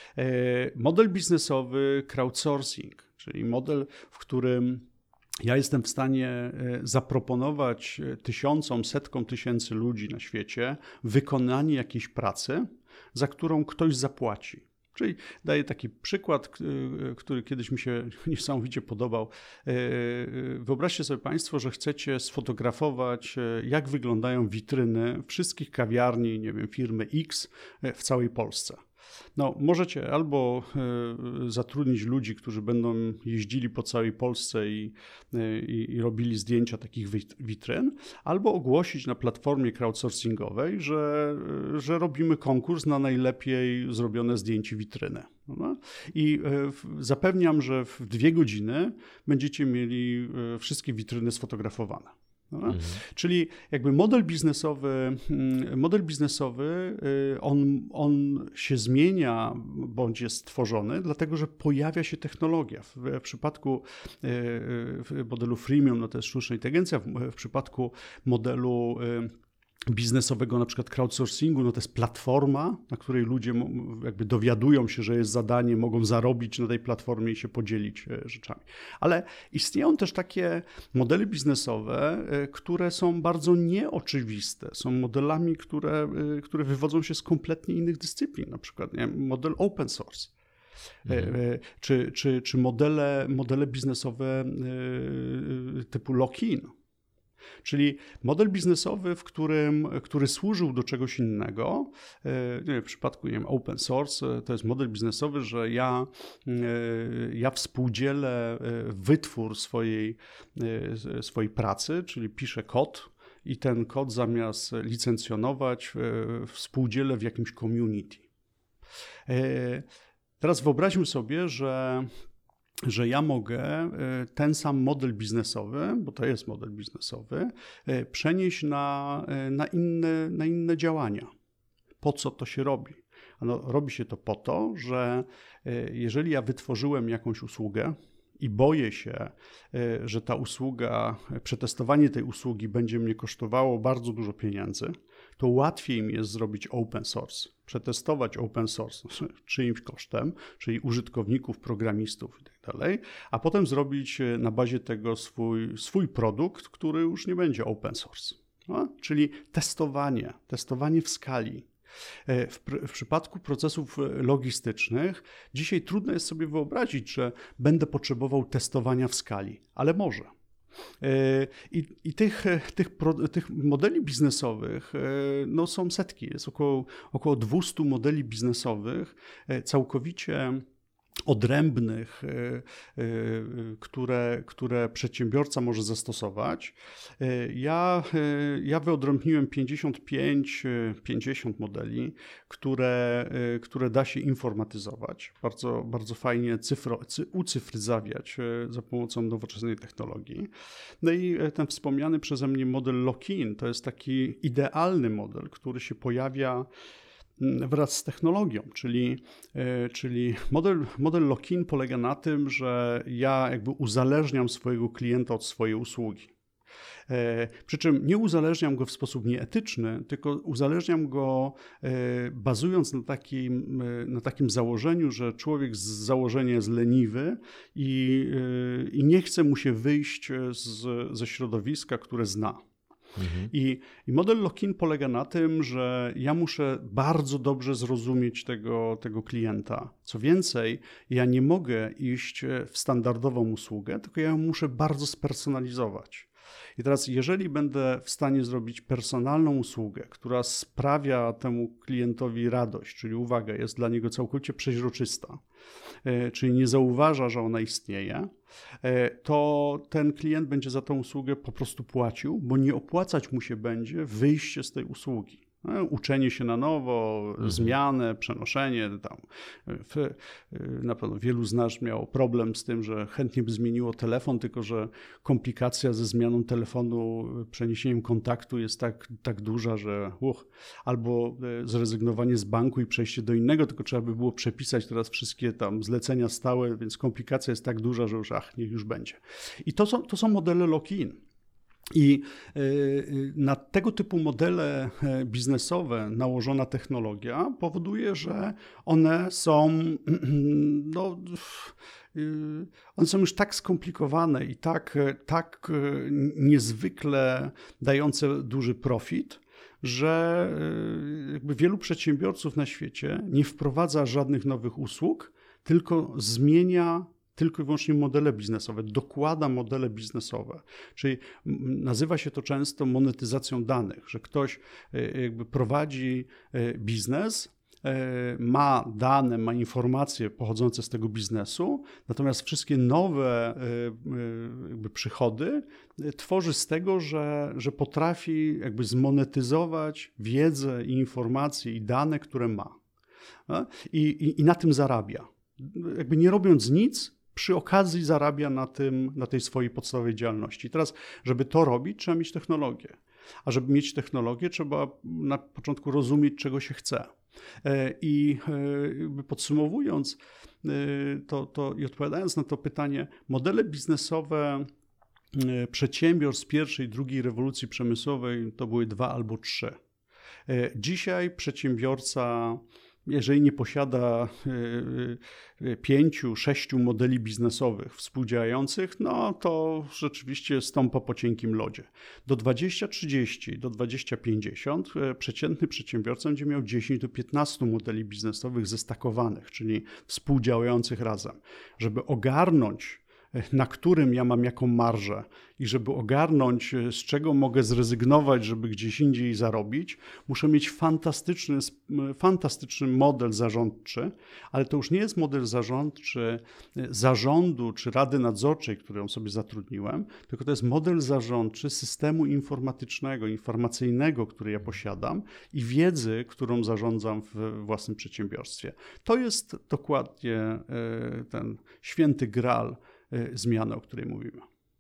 Model biznesowy crowdsourcing, czyli model, w którym ja jestem w stanie zaproponować tysiącom, setkom tysięcy ludzi na świecie wykonanie jakiejś pracy, za którą ktoś zapłaci. Czyli daję taki przykład, który kiedyś mi się niesamowicie podobał. Wyobraźcie sobie Państwo, że chcecie sfotografować, jak wyglądają witryny wszystkich kawiarni, nie wiem, firmy X w całej Polsce. No, możecie albo y, zatrudnić ludzi, którzy będą jeździli po całej Polsce i, i, i robili zdjęcia takich witryn, albo ogłosić na platformie crowdsourcingowej, że, że robimy konkurs na najlepiej zrobione zdjęcie witryny. No? I y, zapewniam, że w dwie godziny będziecie mieli y, wszystkie witryny sfotografowane. Mhm. Czyli jakby model biznesowy, model biznesowy on, on się zmienia bądź jest stworzony, dlatego że pojawia się technologia. W, w przypadku w modelu freemium no to jest sztuczna inteligencja, w, w przypadku modelu biznesowego, na przykład crowdsourcingu, no to jest platforma, na której ludzie jakby dowiadują się, że jest zadanie, mogą zarobić na tej platformie i się podzielić rzeczami. Ale istnieją też takie modele biznesowe, które są bardzo nieoczywiste. Są modelami, które, które wywodzą się z kompletnie innych dyscyplin, na przykład nie, model open source. Mhm. Czy, czy, czy modele, modele biznesowe typu lock-in. Czyli model biznesowy, w którym, który służył do czegoś innego. W przypadku nie wiem, open source to jest model biznesowy, że ja, ja współdzielę wytwór swojej, swojej pracy, czyli piszę kod i ten kod zamiast licencjonować współdzielę w jakimś community. Teraz wyobraźmy sobie, że że ja mogę ten sam model biznesowy, bo to jest model biznesowy, przenieść na, na, inne, na inne działania. Po co to się robi? Ano, robi się to po to, że jeżeli ja wytworzyłem jakąś usługę i boję się, że ta usługa, przetestowanie tej usługi będzie mnie kosztowało bardzo dużo pieniędzy, to łatwiej mi jest zrobić open source, przetestować open source czyimś kosztem, czyli użytkowników, programistów i tak dalej, a potem zrobić na bazie tego swój, swój produkt, który już nie będzie open source. No? Czyli testowanie, testowanie w skali. W, w przypadku procesów logistycznych dzisiaj trudno jest sobie wyobrazić, że będę potrzebował testowania w skali, ale może. I, i tych, tych, tych modeli biznesowych no, są setki, jest około, około dwieście modeli biznesowych całkowicie odrębnych, które, które przedsiębiorca może zastosować. Ja, ja wyodrębniłem pięćdziesiąt pięć, pięćdziesiąt modeli, które, które da się informatyzować, bardzo, bardzo fajnie cyfro, ucyfryzawiać za pomocą nowoczesnej technologii. No i ten wspomniany przeze mnie model lock-in to jest taki idealny model, który się pojawia wraz z technologią, czyli, czyli model, model lock-in polega na tym, że ja jakby uzależniam swojego klienta od swojej usługi. Przy czym nie uzależniam go w sposób nieetyczny, tylko uzależniam go bazując na takim, na takim założeniu, że człowiek z założenia jest leniwy i, i nie chce mu się wyjść z, ze środowiska, które zna. Mhm. I, I model lock-in polega na tym, że ja muszę bardzo dobrze zrozumieć tego, tego klienta. Co więcej, ja nie mogę iść w standardową usługę, tylko ja ją muszę bardzo spersonalizować. I teraz, jeżeli będę w stanie zrobić personalną usługę, która sprawia temu klientowi radość, czyli uwaga, jest dla niego całkowicie przeźroczysta, czyli nie zauważa, że ona istnieje, to ten klient będzie za tą usługę po prostu płacił, bo nie opłacać mu się będzie wyjście z tej usługi. Uczenie się na nowo, mhm. zmianę, przenoszenie. Tam. W, na pewno wielu z nas miało problem z tym, że chętnie by zmieniło telefon, tylko że komplikacja ze zmianą telefonu, przeniesieniem kontaktu jest tak, tak duża, że uch, albo zrezygnowanie z banku i przejście do innego, tylko trzeba by było przepisać teraz wszystkie tam zlecenia stałe, więc komplikacja jest tak duża, że już ach, niech już będzie. I to są, to są modele lock-in. I na tego typu modele biznesowe nałożona technologia powoduje, że one są, no, one są już tak skomplikowane i tak, tak niezwykle dające duży profit, że jakby wielu przedsiębiorców na świecie nie wprowadza żadnych nowych usług, tylko zmienia tylko i wyłącznie modele biznesowe, dokłada modele biznesowe. Czyli nazywa się to często monetyzacją danych, że ktoś jakby prowadzi biznes, ma dane, ma informacje pochodzące z tego biznesu, natomiast wszystkie nowe jakby przychody tworzy z tego, że, że potrafi jakby zmonetyzować wiedzę i informacje i dane, które ma. I, i, i na tym zarabia. Jakby nie robiąc nic, przy okazji zarabia na tym, na tej swojej podstawowej działalności. I teraz, żeby to robić, trzeba mieć technologię. A żeby mieć technologię, trzeba na początku rozumieć, czego się chce. I podsumowując to, to i odpowiadając na to pytanie, modele biznesowe przedsiębiorstw pierwszej, drugiej rewolucji przemysłowej to były dwa albo trzy. Dzisiaj przedsiębiorca, jeżeli nie posiada pięciu, sześciu modeli biznesowych współdziałających, no to rzeczywiście stąpa po cienkim lodzie. Do dwudziestu trzydziestu, do dwudziestu pięćdziesięciu przeciętny przedsiębiorca będzie miał dziesięć do piętnastu modeli biznesowych zestakowanych, czyli współdziałających razem. Żeby ogarnąć, na którym ja mam jaką marżę i żeby ogarnąć, z czego mogę zrezygnować, żeby gdzieś indziej zarobić, muszę mieć fantastyczny, fantastyczny model zarządczy, ale to już nie jest model zarządczy zarządu czy rady nadzorczej, którą sobie zatrudniłem, tylko to jest model zarządczy systemu informatycznego, informacyjnego, który ja posiadam i wiedzy, którą zarządzam w własnym przedsiębiorstwie. To jest dokładnie ten święty graal zmiany, o której mówimy.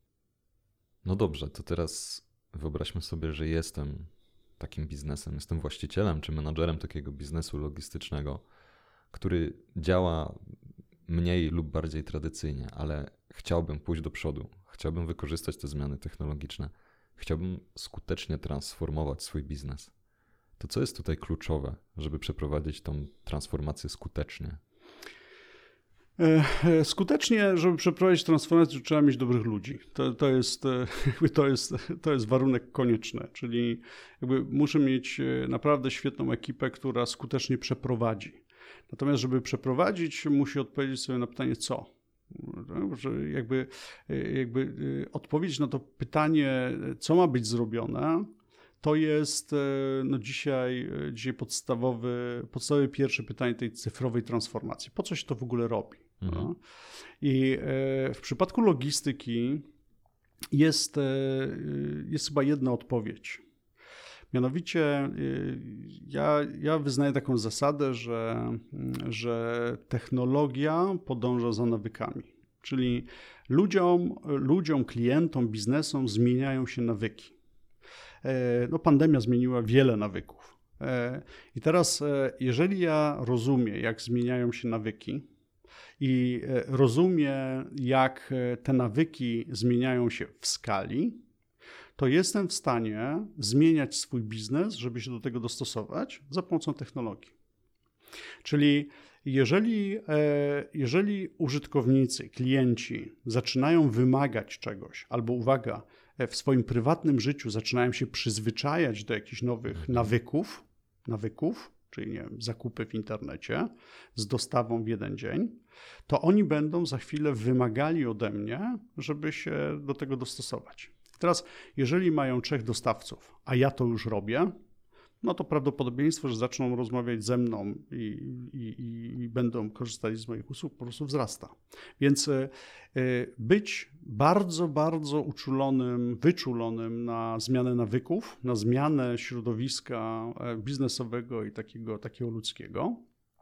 No dobrze, to teraz wyobraźmy sobie, że jestem takim biznesem, jestem właścicielem czy menadżerem takiego biznesu logistycznego, który działa mniej lub bardziej tradycyjnie, ale chciałbym pójść do przodu, chciałbym wykorzystać te zmiany technologiczne, chciałbym skutecznie transformować swój biznes. To co jest tutaj kluczowe, żeby przeprowadzić tą transformację skutecznie? Skutecznie, żeby przeprowadzić transformację, trzeba mieć dobrych ludzi. To, to, jest, to, jest, to jest warunek konieczny, czyli jakby muszę mieć naprawdę świetną ekipę, która skutecznie przeprowadzi. Natomiast, żeby przeprowadzić, musi odpowiedzieć sobie na pytanie co. Że jakby, jakby odpowiedź na to pytanie, co ma być zrobione, to jest no dzisiaj, dzisiaj podstawowy, podstawowe pierwsze pytanie tej cyfrowej transformacji. Po co się to w ogóle robi? Mhm. No. I w przypadku logistyki jest, jest chyba jedna odpowiedź. Mianowicie ja, ja wyznaję taką zasadę, że, że technologia podąża za nawykami. Czyli ludziom, ludziom, klientom, biznesom zmieniają się nawyki. No, pandemia zmieniła wiele nawyków. I teraz, jeżeli ja rozumiem, jak zmieniają się nawyki i rozumiem, jak te nawyki zmieniają się w skali, to jestem w stanie zmieniać swój biznes, żeby się do tego dostosować za pomocą technologii. Czyli jeżeli, jeżeli użytkownicy, klienci zaczynają wymagać czegoś, albo uwaga, w swoim prywatnym życiu zaczynają się przyzwyczajać do jakichś nowych nawyków, nawyków, czyli nie wiem, zakupy w internecie z dostawą w jeden dzień, to oni będą za chwilę wymagali ode mnie, żeby się do tego dostosować. Teraz, jeżeli mają trzech dostawców, a ja to już robię, no to prawdopodobieństwo, że zaczną rozmawiać ze mną i, i, i będą korzystali z moich usług, po prostu wzrasta. Więc y, być bardzo, bardzo uczulonym, wyczulonym na zmianę nawyków, na zmianę środowiska biznesowego i takiego, takiego ludzkiego,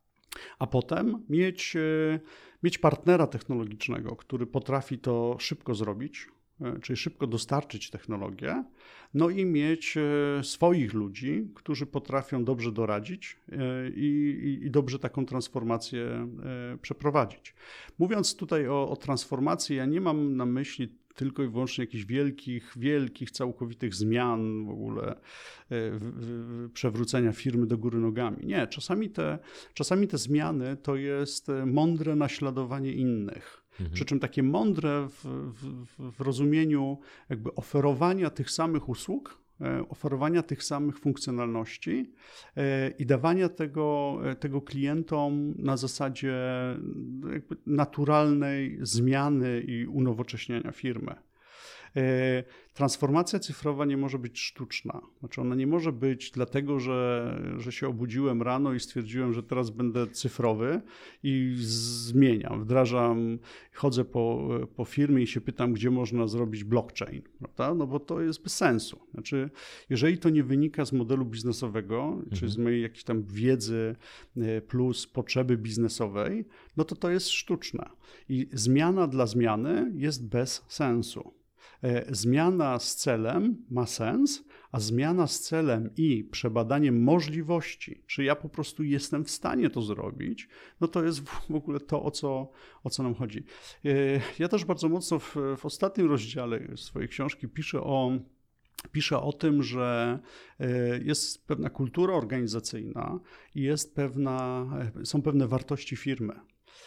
a potem mieć, y, mieć partnera technologicznego, który potrafi to szybko zrobić, czyli szybko dostarczyć technologię, no i mieć swoich ludzi, którzy potrafią dobrze doradzić i, i, i dobrze taką transformację przeprowadzić. Mówiąc tutaj o, o transformacji, ja nie mam na myśli tylko i wyłącznie jakichś wielkich, wielkich, całkowitych zmian, w ogóle w, w, przewrócenia firmy do góry nogami. Nie, czasami te, czasami te zmiany to jest mądre naśladowanie innych. Mhm. Przy czym takie mądre w, w, w rozumieniu jakby oferowania tych samych usług, oferowania tych samych funkcjonalności i dawania tego, tego klientom na zasadzie jakby naturalnej zmiany i unowocześniania firmy. Transformacja cyfrowa nie może być sztuczna. Znaczy ona nie może być dlatego, że, że się obudziłem rano i stwierdziłem, że teraz będę cyfrowy i zmieniam, wdrażam, chodzę po, po firmie i się pytam, gdzie można zrobić blockchain, prawda? No bo to jest bez sensu. Znaczy, jeżeli to nie wynika z modelu biznesowego, mhm. czy z mojej jakiejś tam wiedzy plus potrzeby biznesowej, no to to jest sztuczne. I zmiana dla zmiany jest bez sensu. Zmiana z celem ma sens, a zmiana z celem i przebadaniem możliwości, czy ja po prostu jestem w stanie to zrobić, no to jest w ogóle to, o co, o co nam chodzi. Ja też bardzo mocno w, w ostatnim rozdziale swojej książki piszę o Pisze o tym, że jest pewna kultura organizacyjna i jest pewna, są pewne wartości firmy.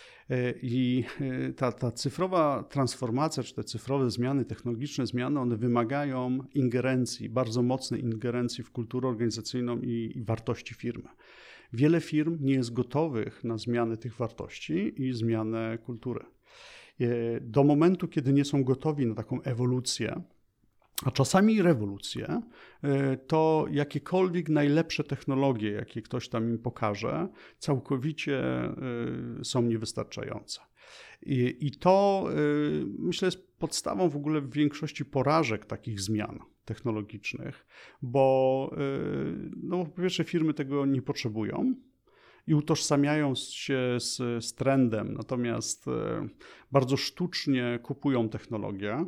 I ta, ta cyfrowa transformacja, czy te cyfrowe zmiany, technologiczne zmiany, one wymagają ingerencji, bardzo mocnej ingerencji w kulturę organizacyjną i, i wartości firmy. Wiele firm nie jest gotowych na zmianę tych wartości i zmianę kultury. Do momentu, kiedy nie są gotowi na taką ewolucję, a czasami rewolucje, to jakiekolwiek najlepsze technologie, jakie ktoś tam im pokaże, całkowicie są niewystarczające. I, i to, myślę, jest podstawą w ogóle w większości porażek takich zmian technologicznych, bo no, po pierwsze firmy tego nie potrzebują i utożsamiają się z, z trendem, natomiast bardzo sztucznie kupują technologię.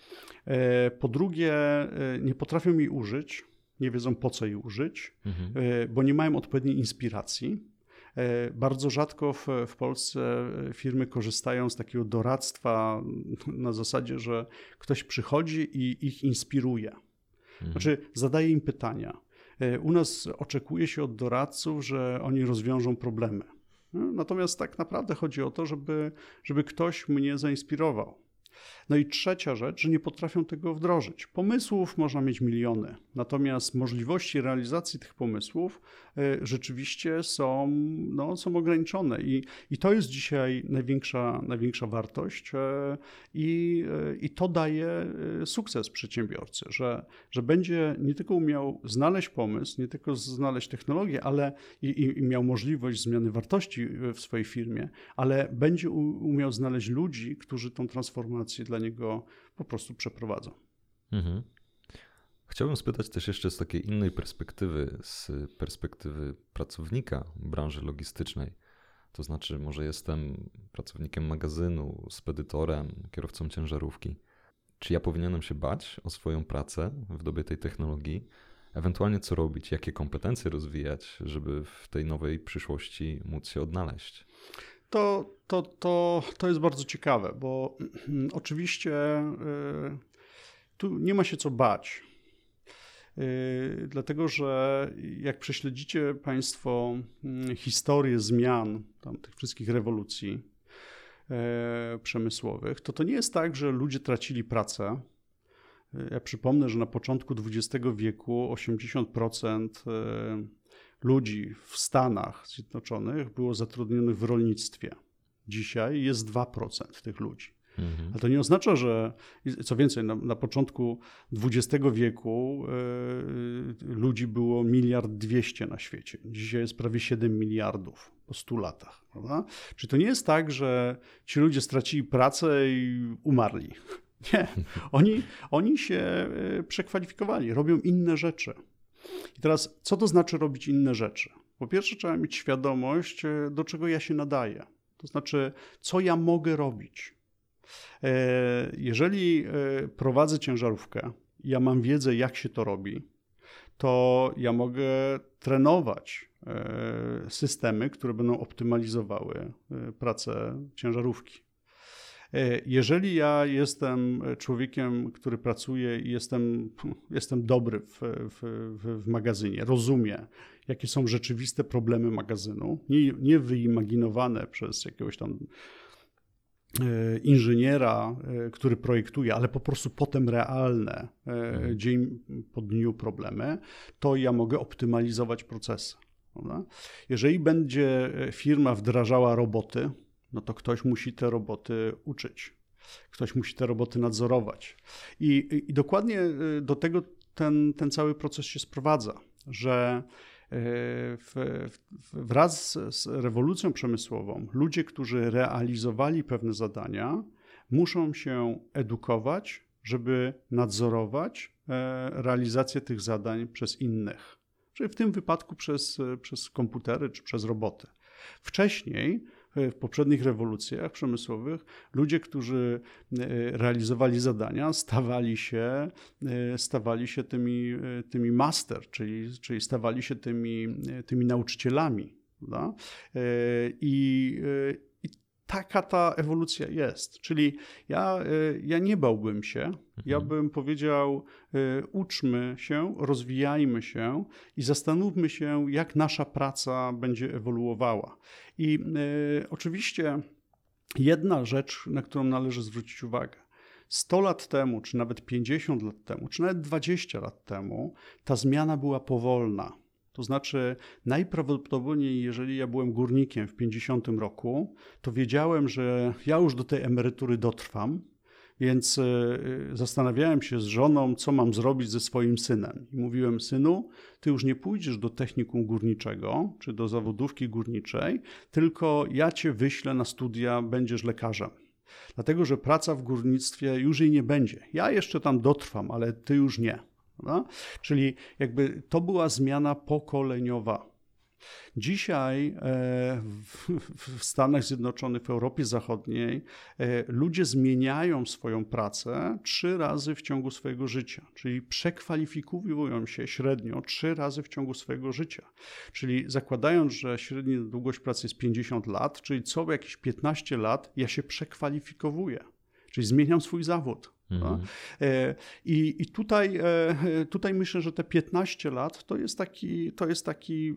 Po drugie, nie potrafią jej użyć, nie wiedzą po co jej użyć, mhm. bo nie mają odpowiedniej inspiracji. Bardzo rzadko w, w Polsce firmy korzystają z takiego doradztwa na zasadzie, że ktoś przychodzi i ich inspiruje. Mhm. Znaczy zadaje im pytania. U nas oczekuje się od doradców, że oni rozwiążą problemy. Natomiast tak naprawdę chodzi o to, żeby, żeby ktoś mnie zainspirował. No i trzecia rzecz, że nie potrafią tego wdrożyć. Pomysłów można mieć miliony, natomiast możliwości realizacji tych pomysłów y, rzeczywiście są, no, są ograniczone i, i to jest dzisiaj największa, największa wartość y, i, y, i to daje y, sukces przedsiębiorcy, że, że będzie nie tylko umiał znaleźć pomysł, nie tylko znaleźć technologię, ale i, i miał możliwość zmiany wartości w swojej firmie, ale będzie umiał znaleźć ludzi, którzy tą transformację dla niego po prostu przeprowadzą. Mhm. Chciałbym spytać też jeszcze z takiej innej perspektywy, z perspektywy pracownika branży logistycznej. To znaczy, może jestem pracownikiem magazynu, spedytorem, kierowcą ciężarówki. Czy ja powinienem się bać o swoją pracę w dobie tej technologii? Ewentualnie co robić, jakie kompetencje rozwijać, żeby w tej nowej przyszłości móc się odnaleźć? To, to, to, to jest bardzo ciekawe, bo oczywiście y, tu nie ma się co bać, y, dlatego że jak prześledzicie Państwo y, historię zmian, tam, tych wszystkich rewolucji y, przemysłowych, to to nie jest tak, że ludzie tracili pracę. Ja przypomnę, że na początku dwudziestego wieku osiemdziesiąt procent ludzi w Stanach Zjednoczonych było zatrudnionych w rolnictwie. Dzisiaj jest dwa procent tych ludzi. Mhm. A to nie oznacza, że, co więcej, na, na początku dwudziestego wieku y, ludzi było miliard dwieście na świecie. Dzisiaj jest prawie siedem miliardów po stu latach. Prawda? Czyli to nie jest tak, że ci ludzie stracili pracę i umarli. Nie, oni, oni się przekwalifikowali, robią inne rzeczy. I teraz, co to znaczy robić inne rzeczy? Po pierwsze, trzeba mieć świadomość, do czego ja się nadaję. To znaczy, co ja mogę robić. Jeżeli prowadzę ciężarówkę, ja mam wiedzę, jak się to robi, to ja mogę trenować systemy, które będą optymalizowały pracę ciężarówki. Jeżeli ja jestem człowiekiem, który pracuje i jestem, jestem dobry w, w, w magazynie, rozumiem, jakie są rzeczywiste problemy magazynu, nie, nie wyimaginowane przez jakiegoś tam inżyniera, który projektuje, ale po prostu potem realne, mhm. dzień po dniu problemy, to ja mogę optymalizować procesy. Prawda? Jeżeli będzie firma wdrażała roboty, no to ktoś musi te roboty uczyć. Ktoś musi te roboty nadzorować. I, i dokładnie do tego ten, ten cały proces się sprowadza, że w, w, wraz z rewolucją przemysłową ludzie, którzy realizowali pewne zadania, muszą się edukować, żeby nadzorować realizację tych zadań przez innych. Czyli w tym wypadku przez, przez komputery czy przez roboty. Wcześniej w poprzednich rewolucjach przemysłowych ludzie, którzy realizowali zadania, stawali się, stawali się tymi, tymi master, czyli, czyli stawali się tymi, tymi nauczycielami. Prawda? I, I taka ta ewolucja jest. Czyli ja, ja nie bałbym się, mhm. ja bym powiedział, uczmy się, rozwijajmy się i zastanówmy się, jak nasza praca będzie ewoluowała. I y, oczywiście jedna rzecz, na którą należy zwrócić uwagę. sto lat temu, czy nawet pięćdziesiąt lat temu, czy nawet dwadzieścia lat temu, ta zmiana była powolna. To znaczy najprawdopodobniej, jeżeli ja byłem górnikiem w pięćdziesiątym roku, to wiedziałem, że ja już do tej emerytury dotrwam, więc y, zastanawiałem się z żoną, co mam zrobić ze swoim synem. I mówiłem, synu, ty już nie pójdziesz do technikum górniczego, czy do zawodówki górniczej, tylko ja cię wyślę na studia, będziesz lekarzem. Dlatego, że praca w górnictwie już jej nie będzie. Ja jeszcze tam dotrwam, ale ty już nie. Prawda? Czyli jakby to była zmiana pokoleniowa. Dzisiaj w Stanach Zjednoczonych, w Europie Zachodniej ludzie zmieniają swoją pracę trzy razy w ciągu swojego życia, czyli przekwalifikują się średnio trzy razy w ciągu swojego życia. Czyli zakładając, że średnia długość pracy jest pięćdziesiąt lat, czyli co jakieś piętnaście lat ja się przekwalifikowuję, czyli zmieniam swój zawód. Mhm. I, i tutaj, tutaj myślę, że te piętnaście lat to jest taki, to jest taki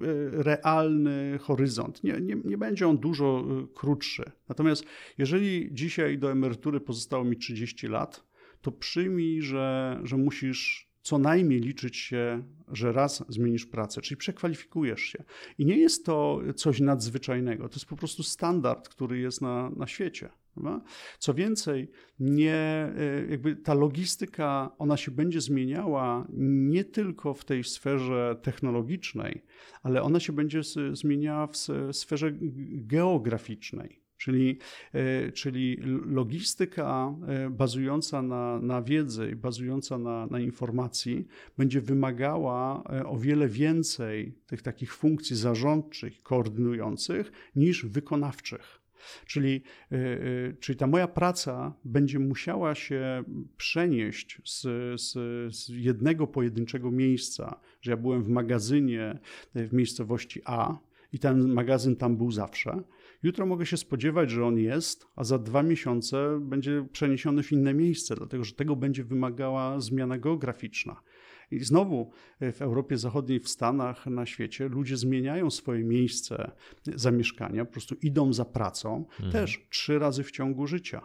realny horyzont. Nie, nie, nie będzie on dużo krótszy. Natomiast jeżeli dzisiaj do emerytury pozostało mi trzydzieści lat, to przyjmij, że, że musisz co najmniej liczyć się, że raz zmienisz pracę, czyli przekwalifikujesz się. I nie jest to coś nadzwyczajnego, to jest po prostu standard, który jest na, na świecie. Prawda? Co więcej, nie, jakby ta logistyka, ona się będzie zmieniała nie tylko w tej sferze technologicznej, ale ona się będzie zmieniała w sferze geograficznej. Czyli, czyli logistyka bazująca na, na wiedzy i bazująca na, na informacji będzie wymagała o wiele więcej tych takich funkcji zarządczych, koordynujących niż wykonawczych. Czyli, czyli ta moja praca będzie musiała się przenieść z, z, z jednego pojedynczego miejsca, że ja byłem w magazynie w miejscowości A i ten magazyn tam był zawsze. Jutro mogę się spodziewać, że on jest, a za dwa miesiące będzie przeniesiony w inne miejsce, dlatego że tego będzie wymagała zmiana geograficzna. I znowu w Europie Zachodniej, w Stanach, na świecie ludzie zmieniają swoje miejsce zamieszkania, po prostu idą za pracą mhm. też trzy razy w ciągu życia.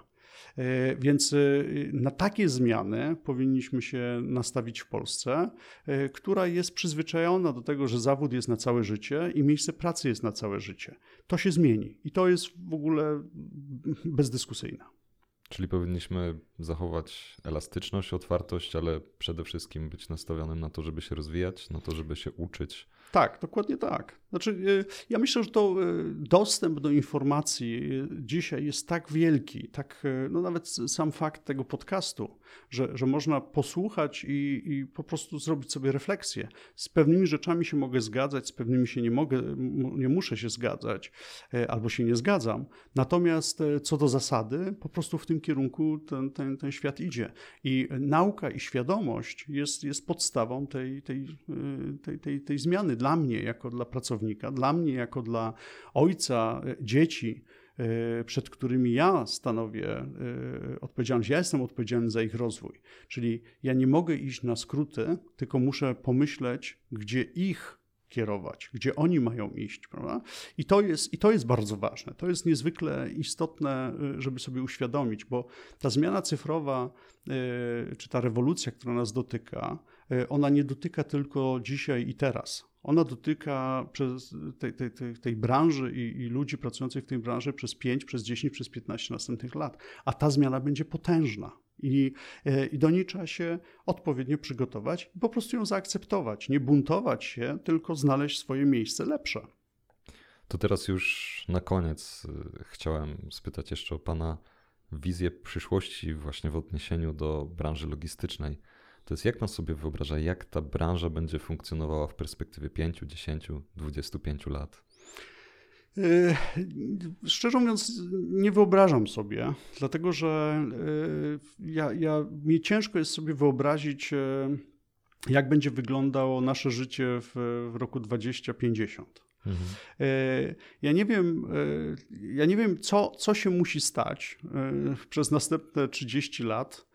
Więc na takie zmiany powinniśmy się nastawić w Polsce, która jest przyzwyczajona do tego, że zawód jest na całe życie i miejsce pracy jest na całe życie. To się zmieni i to jest w ogóle bezdyskusyjne. Czyli powinniśmy zachować elastyczność, otwartość, ale przede wszystkim być nastawionym na to, żeby się rozwijać, na to, żeby się uczyć. Tak, dokładnie tak. Znaczy, ja myślę, że to dostęp do informacji dzisiaj jest tak wielki, tak, no nawet sam fakt tego podcastu, że, że można posłuchać i, i po prostu zrobić sobie refleksję. Z pewnymi rzeczami się mogę zgadzać, z pewnymi się nie mogę, nie muszę się zgadzać, albo się nie zgadzam. Natomiast co do zasady, po prostu w tym kierunku ten, ten, ten świat idzie. I nauka i świadomość jest, jest podstawą tej, tej, tej, tej, tej zmiany dla mnie, jako dla pracownika, dla mnie, jako dla ojca dzieci, przed którymi ja stanowię odpowiedzialność. Ja jestem odpowiedzialny za ich rozwój. Czyli ja nie mogę iść na skróty, tylko muszę pomyśleć, gdzie ich kierować, gdzie oni mają iść, prawda? I to jest, i to jest bardzo ważne. To jest niezwykle istotne, żeby sobie uświadomić, bo ta zmiana cyfrowa, czy ta rewolucja, która nas dotyka, ona nie dotyka tylko dzisiaj i teraz. Ona dotyka przez tej, tej, tej, tej branży i, i ludzi pracujących w tej branży przez pięć, przez dziesięć, przez piętnaście następnych lat. A ta zmiana będzie potężna. I, I do niej trzeba się odpowiednio przygotować i po prostu ją zaakceptować. Nie buntować się, tylko znaleźć swoje miejsce lepsze. To teraz już na koniec chciałem spytać jeszcze o Pana wizję przyszłości właśnie w odniesieniu do branży logistycznej. To jest, jak Pan sobie wyobraża, jak ta branża będzie funkcjonowała w perspektywie pięciu, dziesięciu, dwudziestu pięciu lat? Szczerze mówiąc, nie wyobrażam sobie, dlatego że ja, ja, mnie ciężko jest sobie wyobrazić, jak będzie wyglądało nasze życie w, w roku dwudziestym pięćdziesiątym. Mhm. Ja nie wiem, ja nie wiem co, co się musi stać przez następne trzydzieści lat,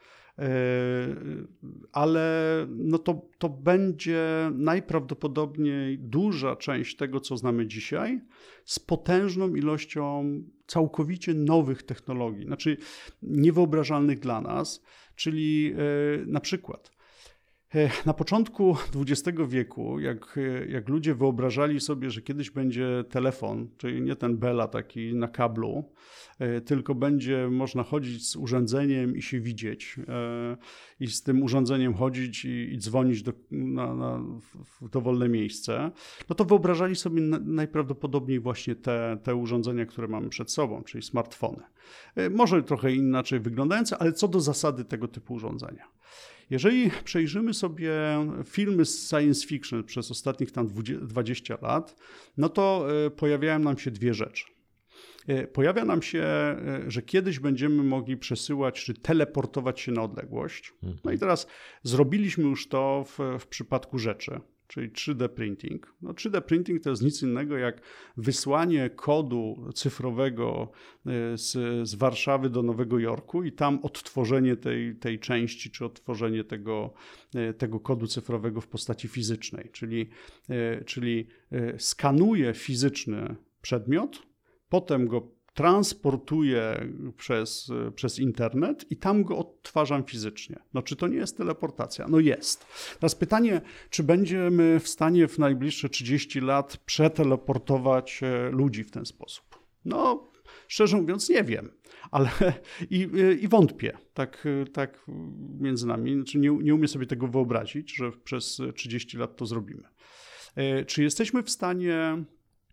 ale no to, to będzie najprawdopodobniej duża część tego, co znamy dzisiaj, z potężną ilością całkowicie nowych technologii, znaczy niewyobrażalnych dla nas, czyli na przykład na początku dwudziestego wieku, jak, jak ludzie wyobrażali sobie, że kiedyś będzie telefon, czyli nie ten Bella taki na kablu, tylko będzie można chodzić z urządzeniem i się widzieć i z tym urządzeniem chodzić i, i dzwonić do, na, na, w dowolne miejsce, no to wyobrażali sobie na, najprawdopodobniej właśnie te, te urządzenia, które mamy przed sobą, czyli smartfony. Może trochę inaczej wyglądające, ale co do zasady tego typu urządzenia. Jeżeli przejrzymy sobie filmy z science fiction przez ostatnich tam dwadzieścia lat, no to pojawiają nam się dwie rzeczy. Pojawia nam się, że kiedyś będziemy mogli przesyłać czy teleportować się na odległość. No i teraz zrobiliśmy już to w, w przypadku rzeczy. czyli trzy D printing. No trzy D printing to jest nic innego jak wysłanie kodu cyfrowego z, z Warszawy do Nowego Jorku i tam odtworzenie tej, tej części, czy odtworzenie tego, tego kodu cyfrowego w postaci fizycznej, czyli, czyli skanuję fizyczny przedmiot, potem go transportuję przez, przez internet i tam go odtwarzam fizycznie. No czy to nie jest teleportacja? No jest. Teraz pytanie, czy będziemy w stanie w najbliższe trzydzieści lat przeteleportować ludzi w ten sposób? No, szczerze mówiąc nie wiem, ale i, i wątpię, tak, tak między nami. Znaczy nie, nie umiem sobie tego wyobrazić, że przez trzydzieści lat to zrobimy. Czy jesteśmy w stanie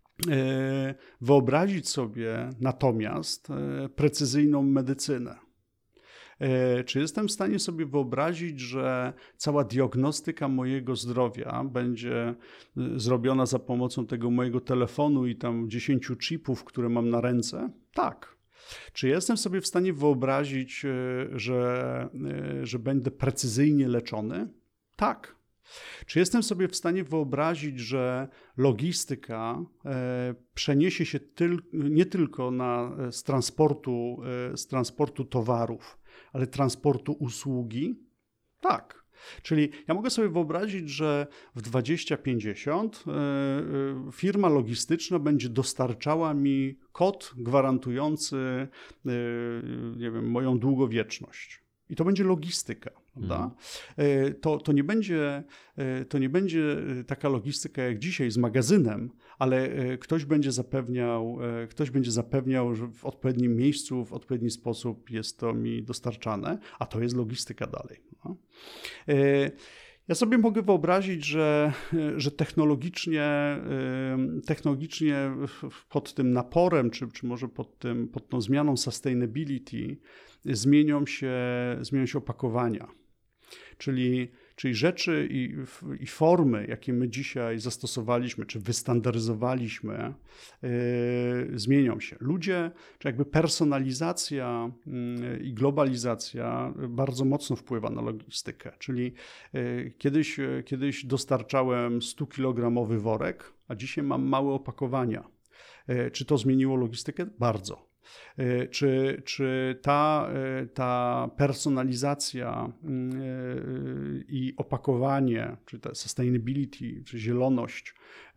wyobrazić sobie natomiast precyzyjną medycynę? Czy jestem w stanie sobie wyobrazić, że cała diagnostyka mojego zdrowia będzie zrobiona za pomocą tego mojego telefonu i tam dziesięciu chipów, które mam na ręce? Tak. Czy jestem sobie w stanie wyobrazić, że, że będę precyzyjnie leczony? Tak. Czy jestem sobie w stanie wyobrazić, że logistyka e, przeniesie się tyl, nie tylko na, z, transportu, e, z transportu towarów, ale transportu usługi? Tak. Czyli ja mogę sobie wyobrazić, że w dwadzieścia pięćdziesiąt e, e, firma logistyczna będzie dostarczała mi kod gwarantujący e, nie wiem, moją długowieczność. I to będzie logistyka, prawda? Mm. To, to, nie będzie, to nie będzie taka logistyka jak dzisiaj z magazynem, ale ktoś będzie zapewniał, ktoś będzie zapewniał, że w odpowiednim miejscu, w odpowiedni sposób jest to mi dostarczane, a to jest logistyka dalej. No. Ja sobie mogę wyobrazić, że, że technologicznie, technologicznie pod tym naporem, czy, czy może pod, tym, pod tą zmianą sustainability zmienią się, zmienią się opakowania. Czyli, czyli rzeczy i, i formy, jakie my dzisiaj zastosowaliśmy, czy wystandaryzowaliśmy, yy, zmienią się. Ludzie, czy jakby personalizacja yy, i globalizacja bardzo mocno wpływa na logistykę. Czyli yy, kiedyś, yy, kiedyś dostarczałem stukilogramowy worek, a dzisiaj mam małe opakowania. Yy, czy to zmieniło logistykę? Bardzo. Czy, czy ta, ta personalizacja i opakowanie, czy ta sustainability, czy zieloność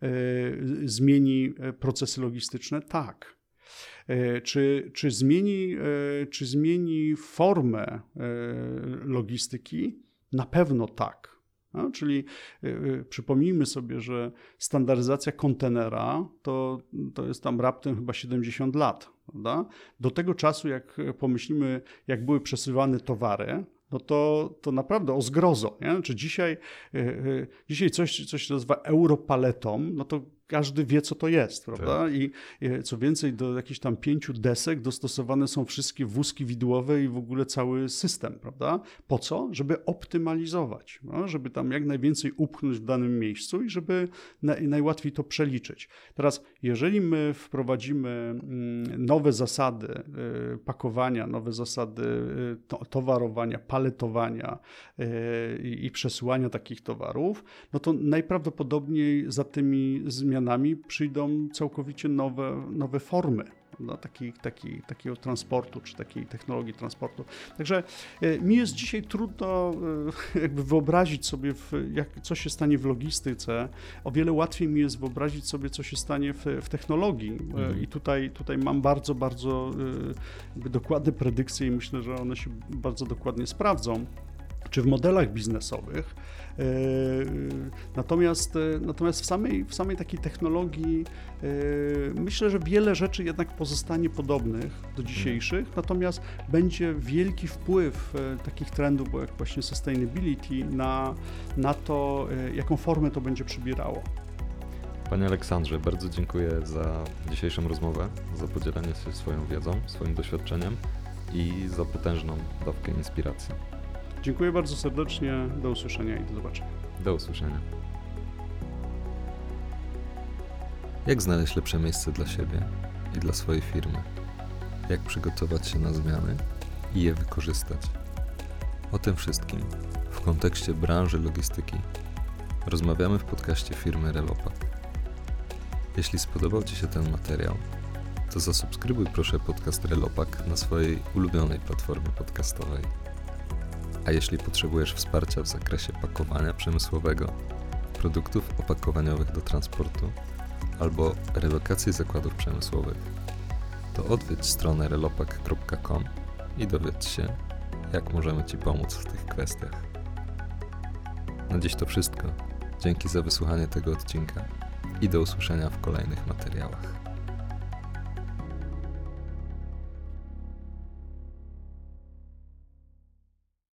zmieni procesy logistyczne? Tak. Czy, czy, zmieni, czy zmieni formę logistyki? Na pewno tak. No, czyli y, przypomnijmy sobie, że standaryzacja kontenera to, to jest tam raptem chyba siedemdziesiąt lat. Prawda? Do tego czasu, jak pomyślimy, jak były przesyłane towary, no to, to naprawdę o zgrozo. Nie? Znaczy dzisiaj, y, y, dzisiaj coś, coś się nazywa europaletą, no to każdy wie, co to jest, prawda? Tak. I, I co więcej, do jakichś tam pięciu desek dostosowane są wszystkie wózki widłowe i w ogóle cały system, prawda? Po co? Żeby optymalizować, no? Żeby tam jak najwięcej upchnąć w danym miejscu i żeby na, najłatwiej to przeliczyć. Teraz, jeżeli my wprowadzimy nowe zasady pakowania, nowe zasady towarowania, paletowania i, i przesyłania takich towarów, no to najprawdopodobniej za tymi zmianami przyjdą całkowicie nowe, nowe formy no, taki, taki, takiego transportu, czy takiej technologii transportu. Także e, mi jest dzisiaj trudno e, jakby wyobrazić sobie, w, jak, co się stanie w logistyce. O wiele łatwiej mi jest wyobrazić sobie, co się stanie w, w technologii. Mhm. E, I tutaj, tutaj mam bardzo, bardzo e, jakby dokładne predykcje i myślę, że one się bardzo dokładnie sprawdzą, czy w modelach biznesowych. Natomiast, natomiast w samej, w samej takiej technologii myślę, że wiele rzeczy jednak pozostanie podobnych do dzisiejszych, natomiast będzie wielki wpływ takich trendów, jak właśnie sustainability na, na to, jaką formę to będzie przybierało. Panie Aleksandrze, bardzo dziękuję za dzisiejszą rozmowę, za podzielenie się swoją wiedzą, swoim doświadczeniem i za potężną dawkę inspiracji. Dziękuję bardzo serdecznie, do usłyszenia i do zobaczenia. Do usłyszenia. Jak znaleźć lepsze miejsce dla siebie i dla swojej firmy? Jak przygotować się na zmiany i je wykorzystać? O tym wszystkim w kontekście branży logistyki Rozmawiamy w podcaście firmy Relopak. Jeśli spodobał Ci się ten materiał, to zasubskrybuj proszę podcast Relopak na swojej ulubionej platformie podcastowej. A jeśli potrzebujesz wsparcia w zakresie pakowania przemysłowego, produktów opakowaniowych do transportu albo relokacji zakładów przemysłowych, to odwiedź stronę relopak kropka com i dowiedz się, jak możemy Ci pomóc w tych kwestiach. Na dziś to wszystko. Dzięki za wysłuchanie tego odcinka i do usłyszenia w kolejnych materiałach.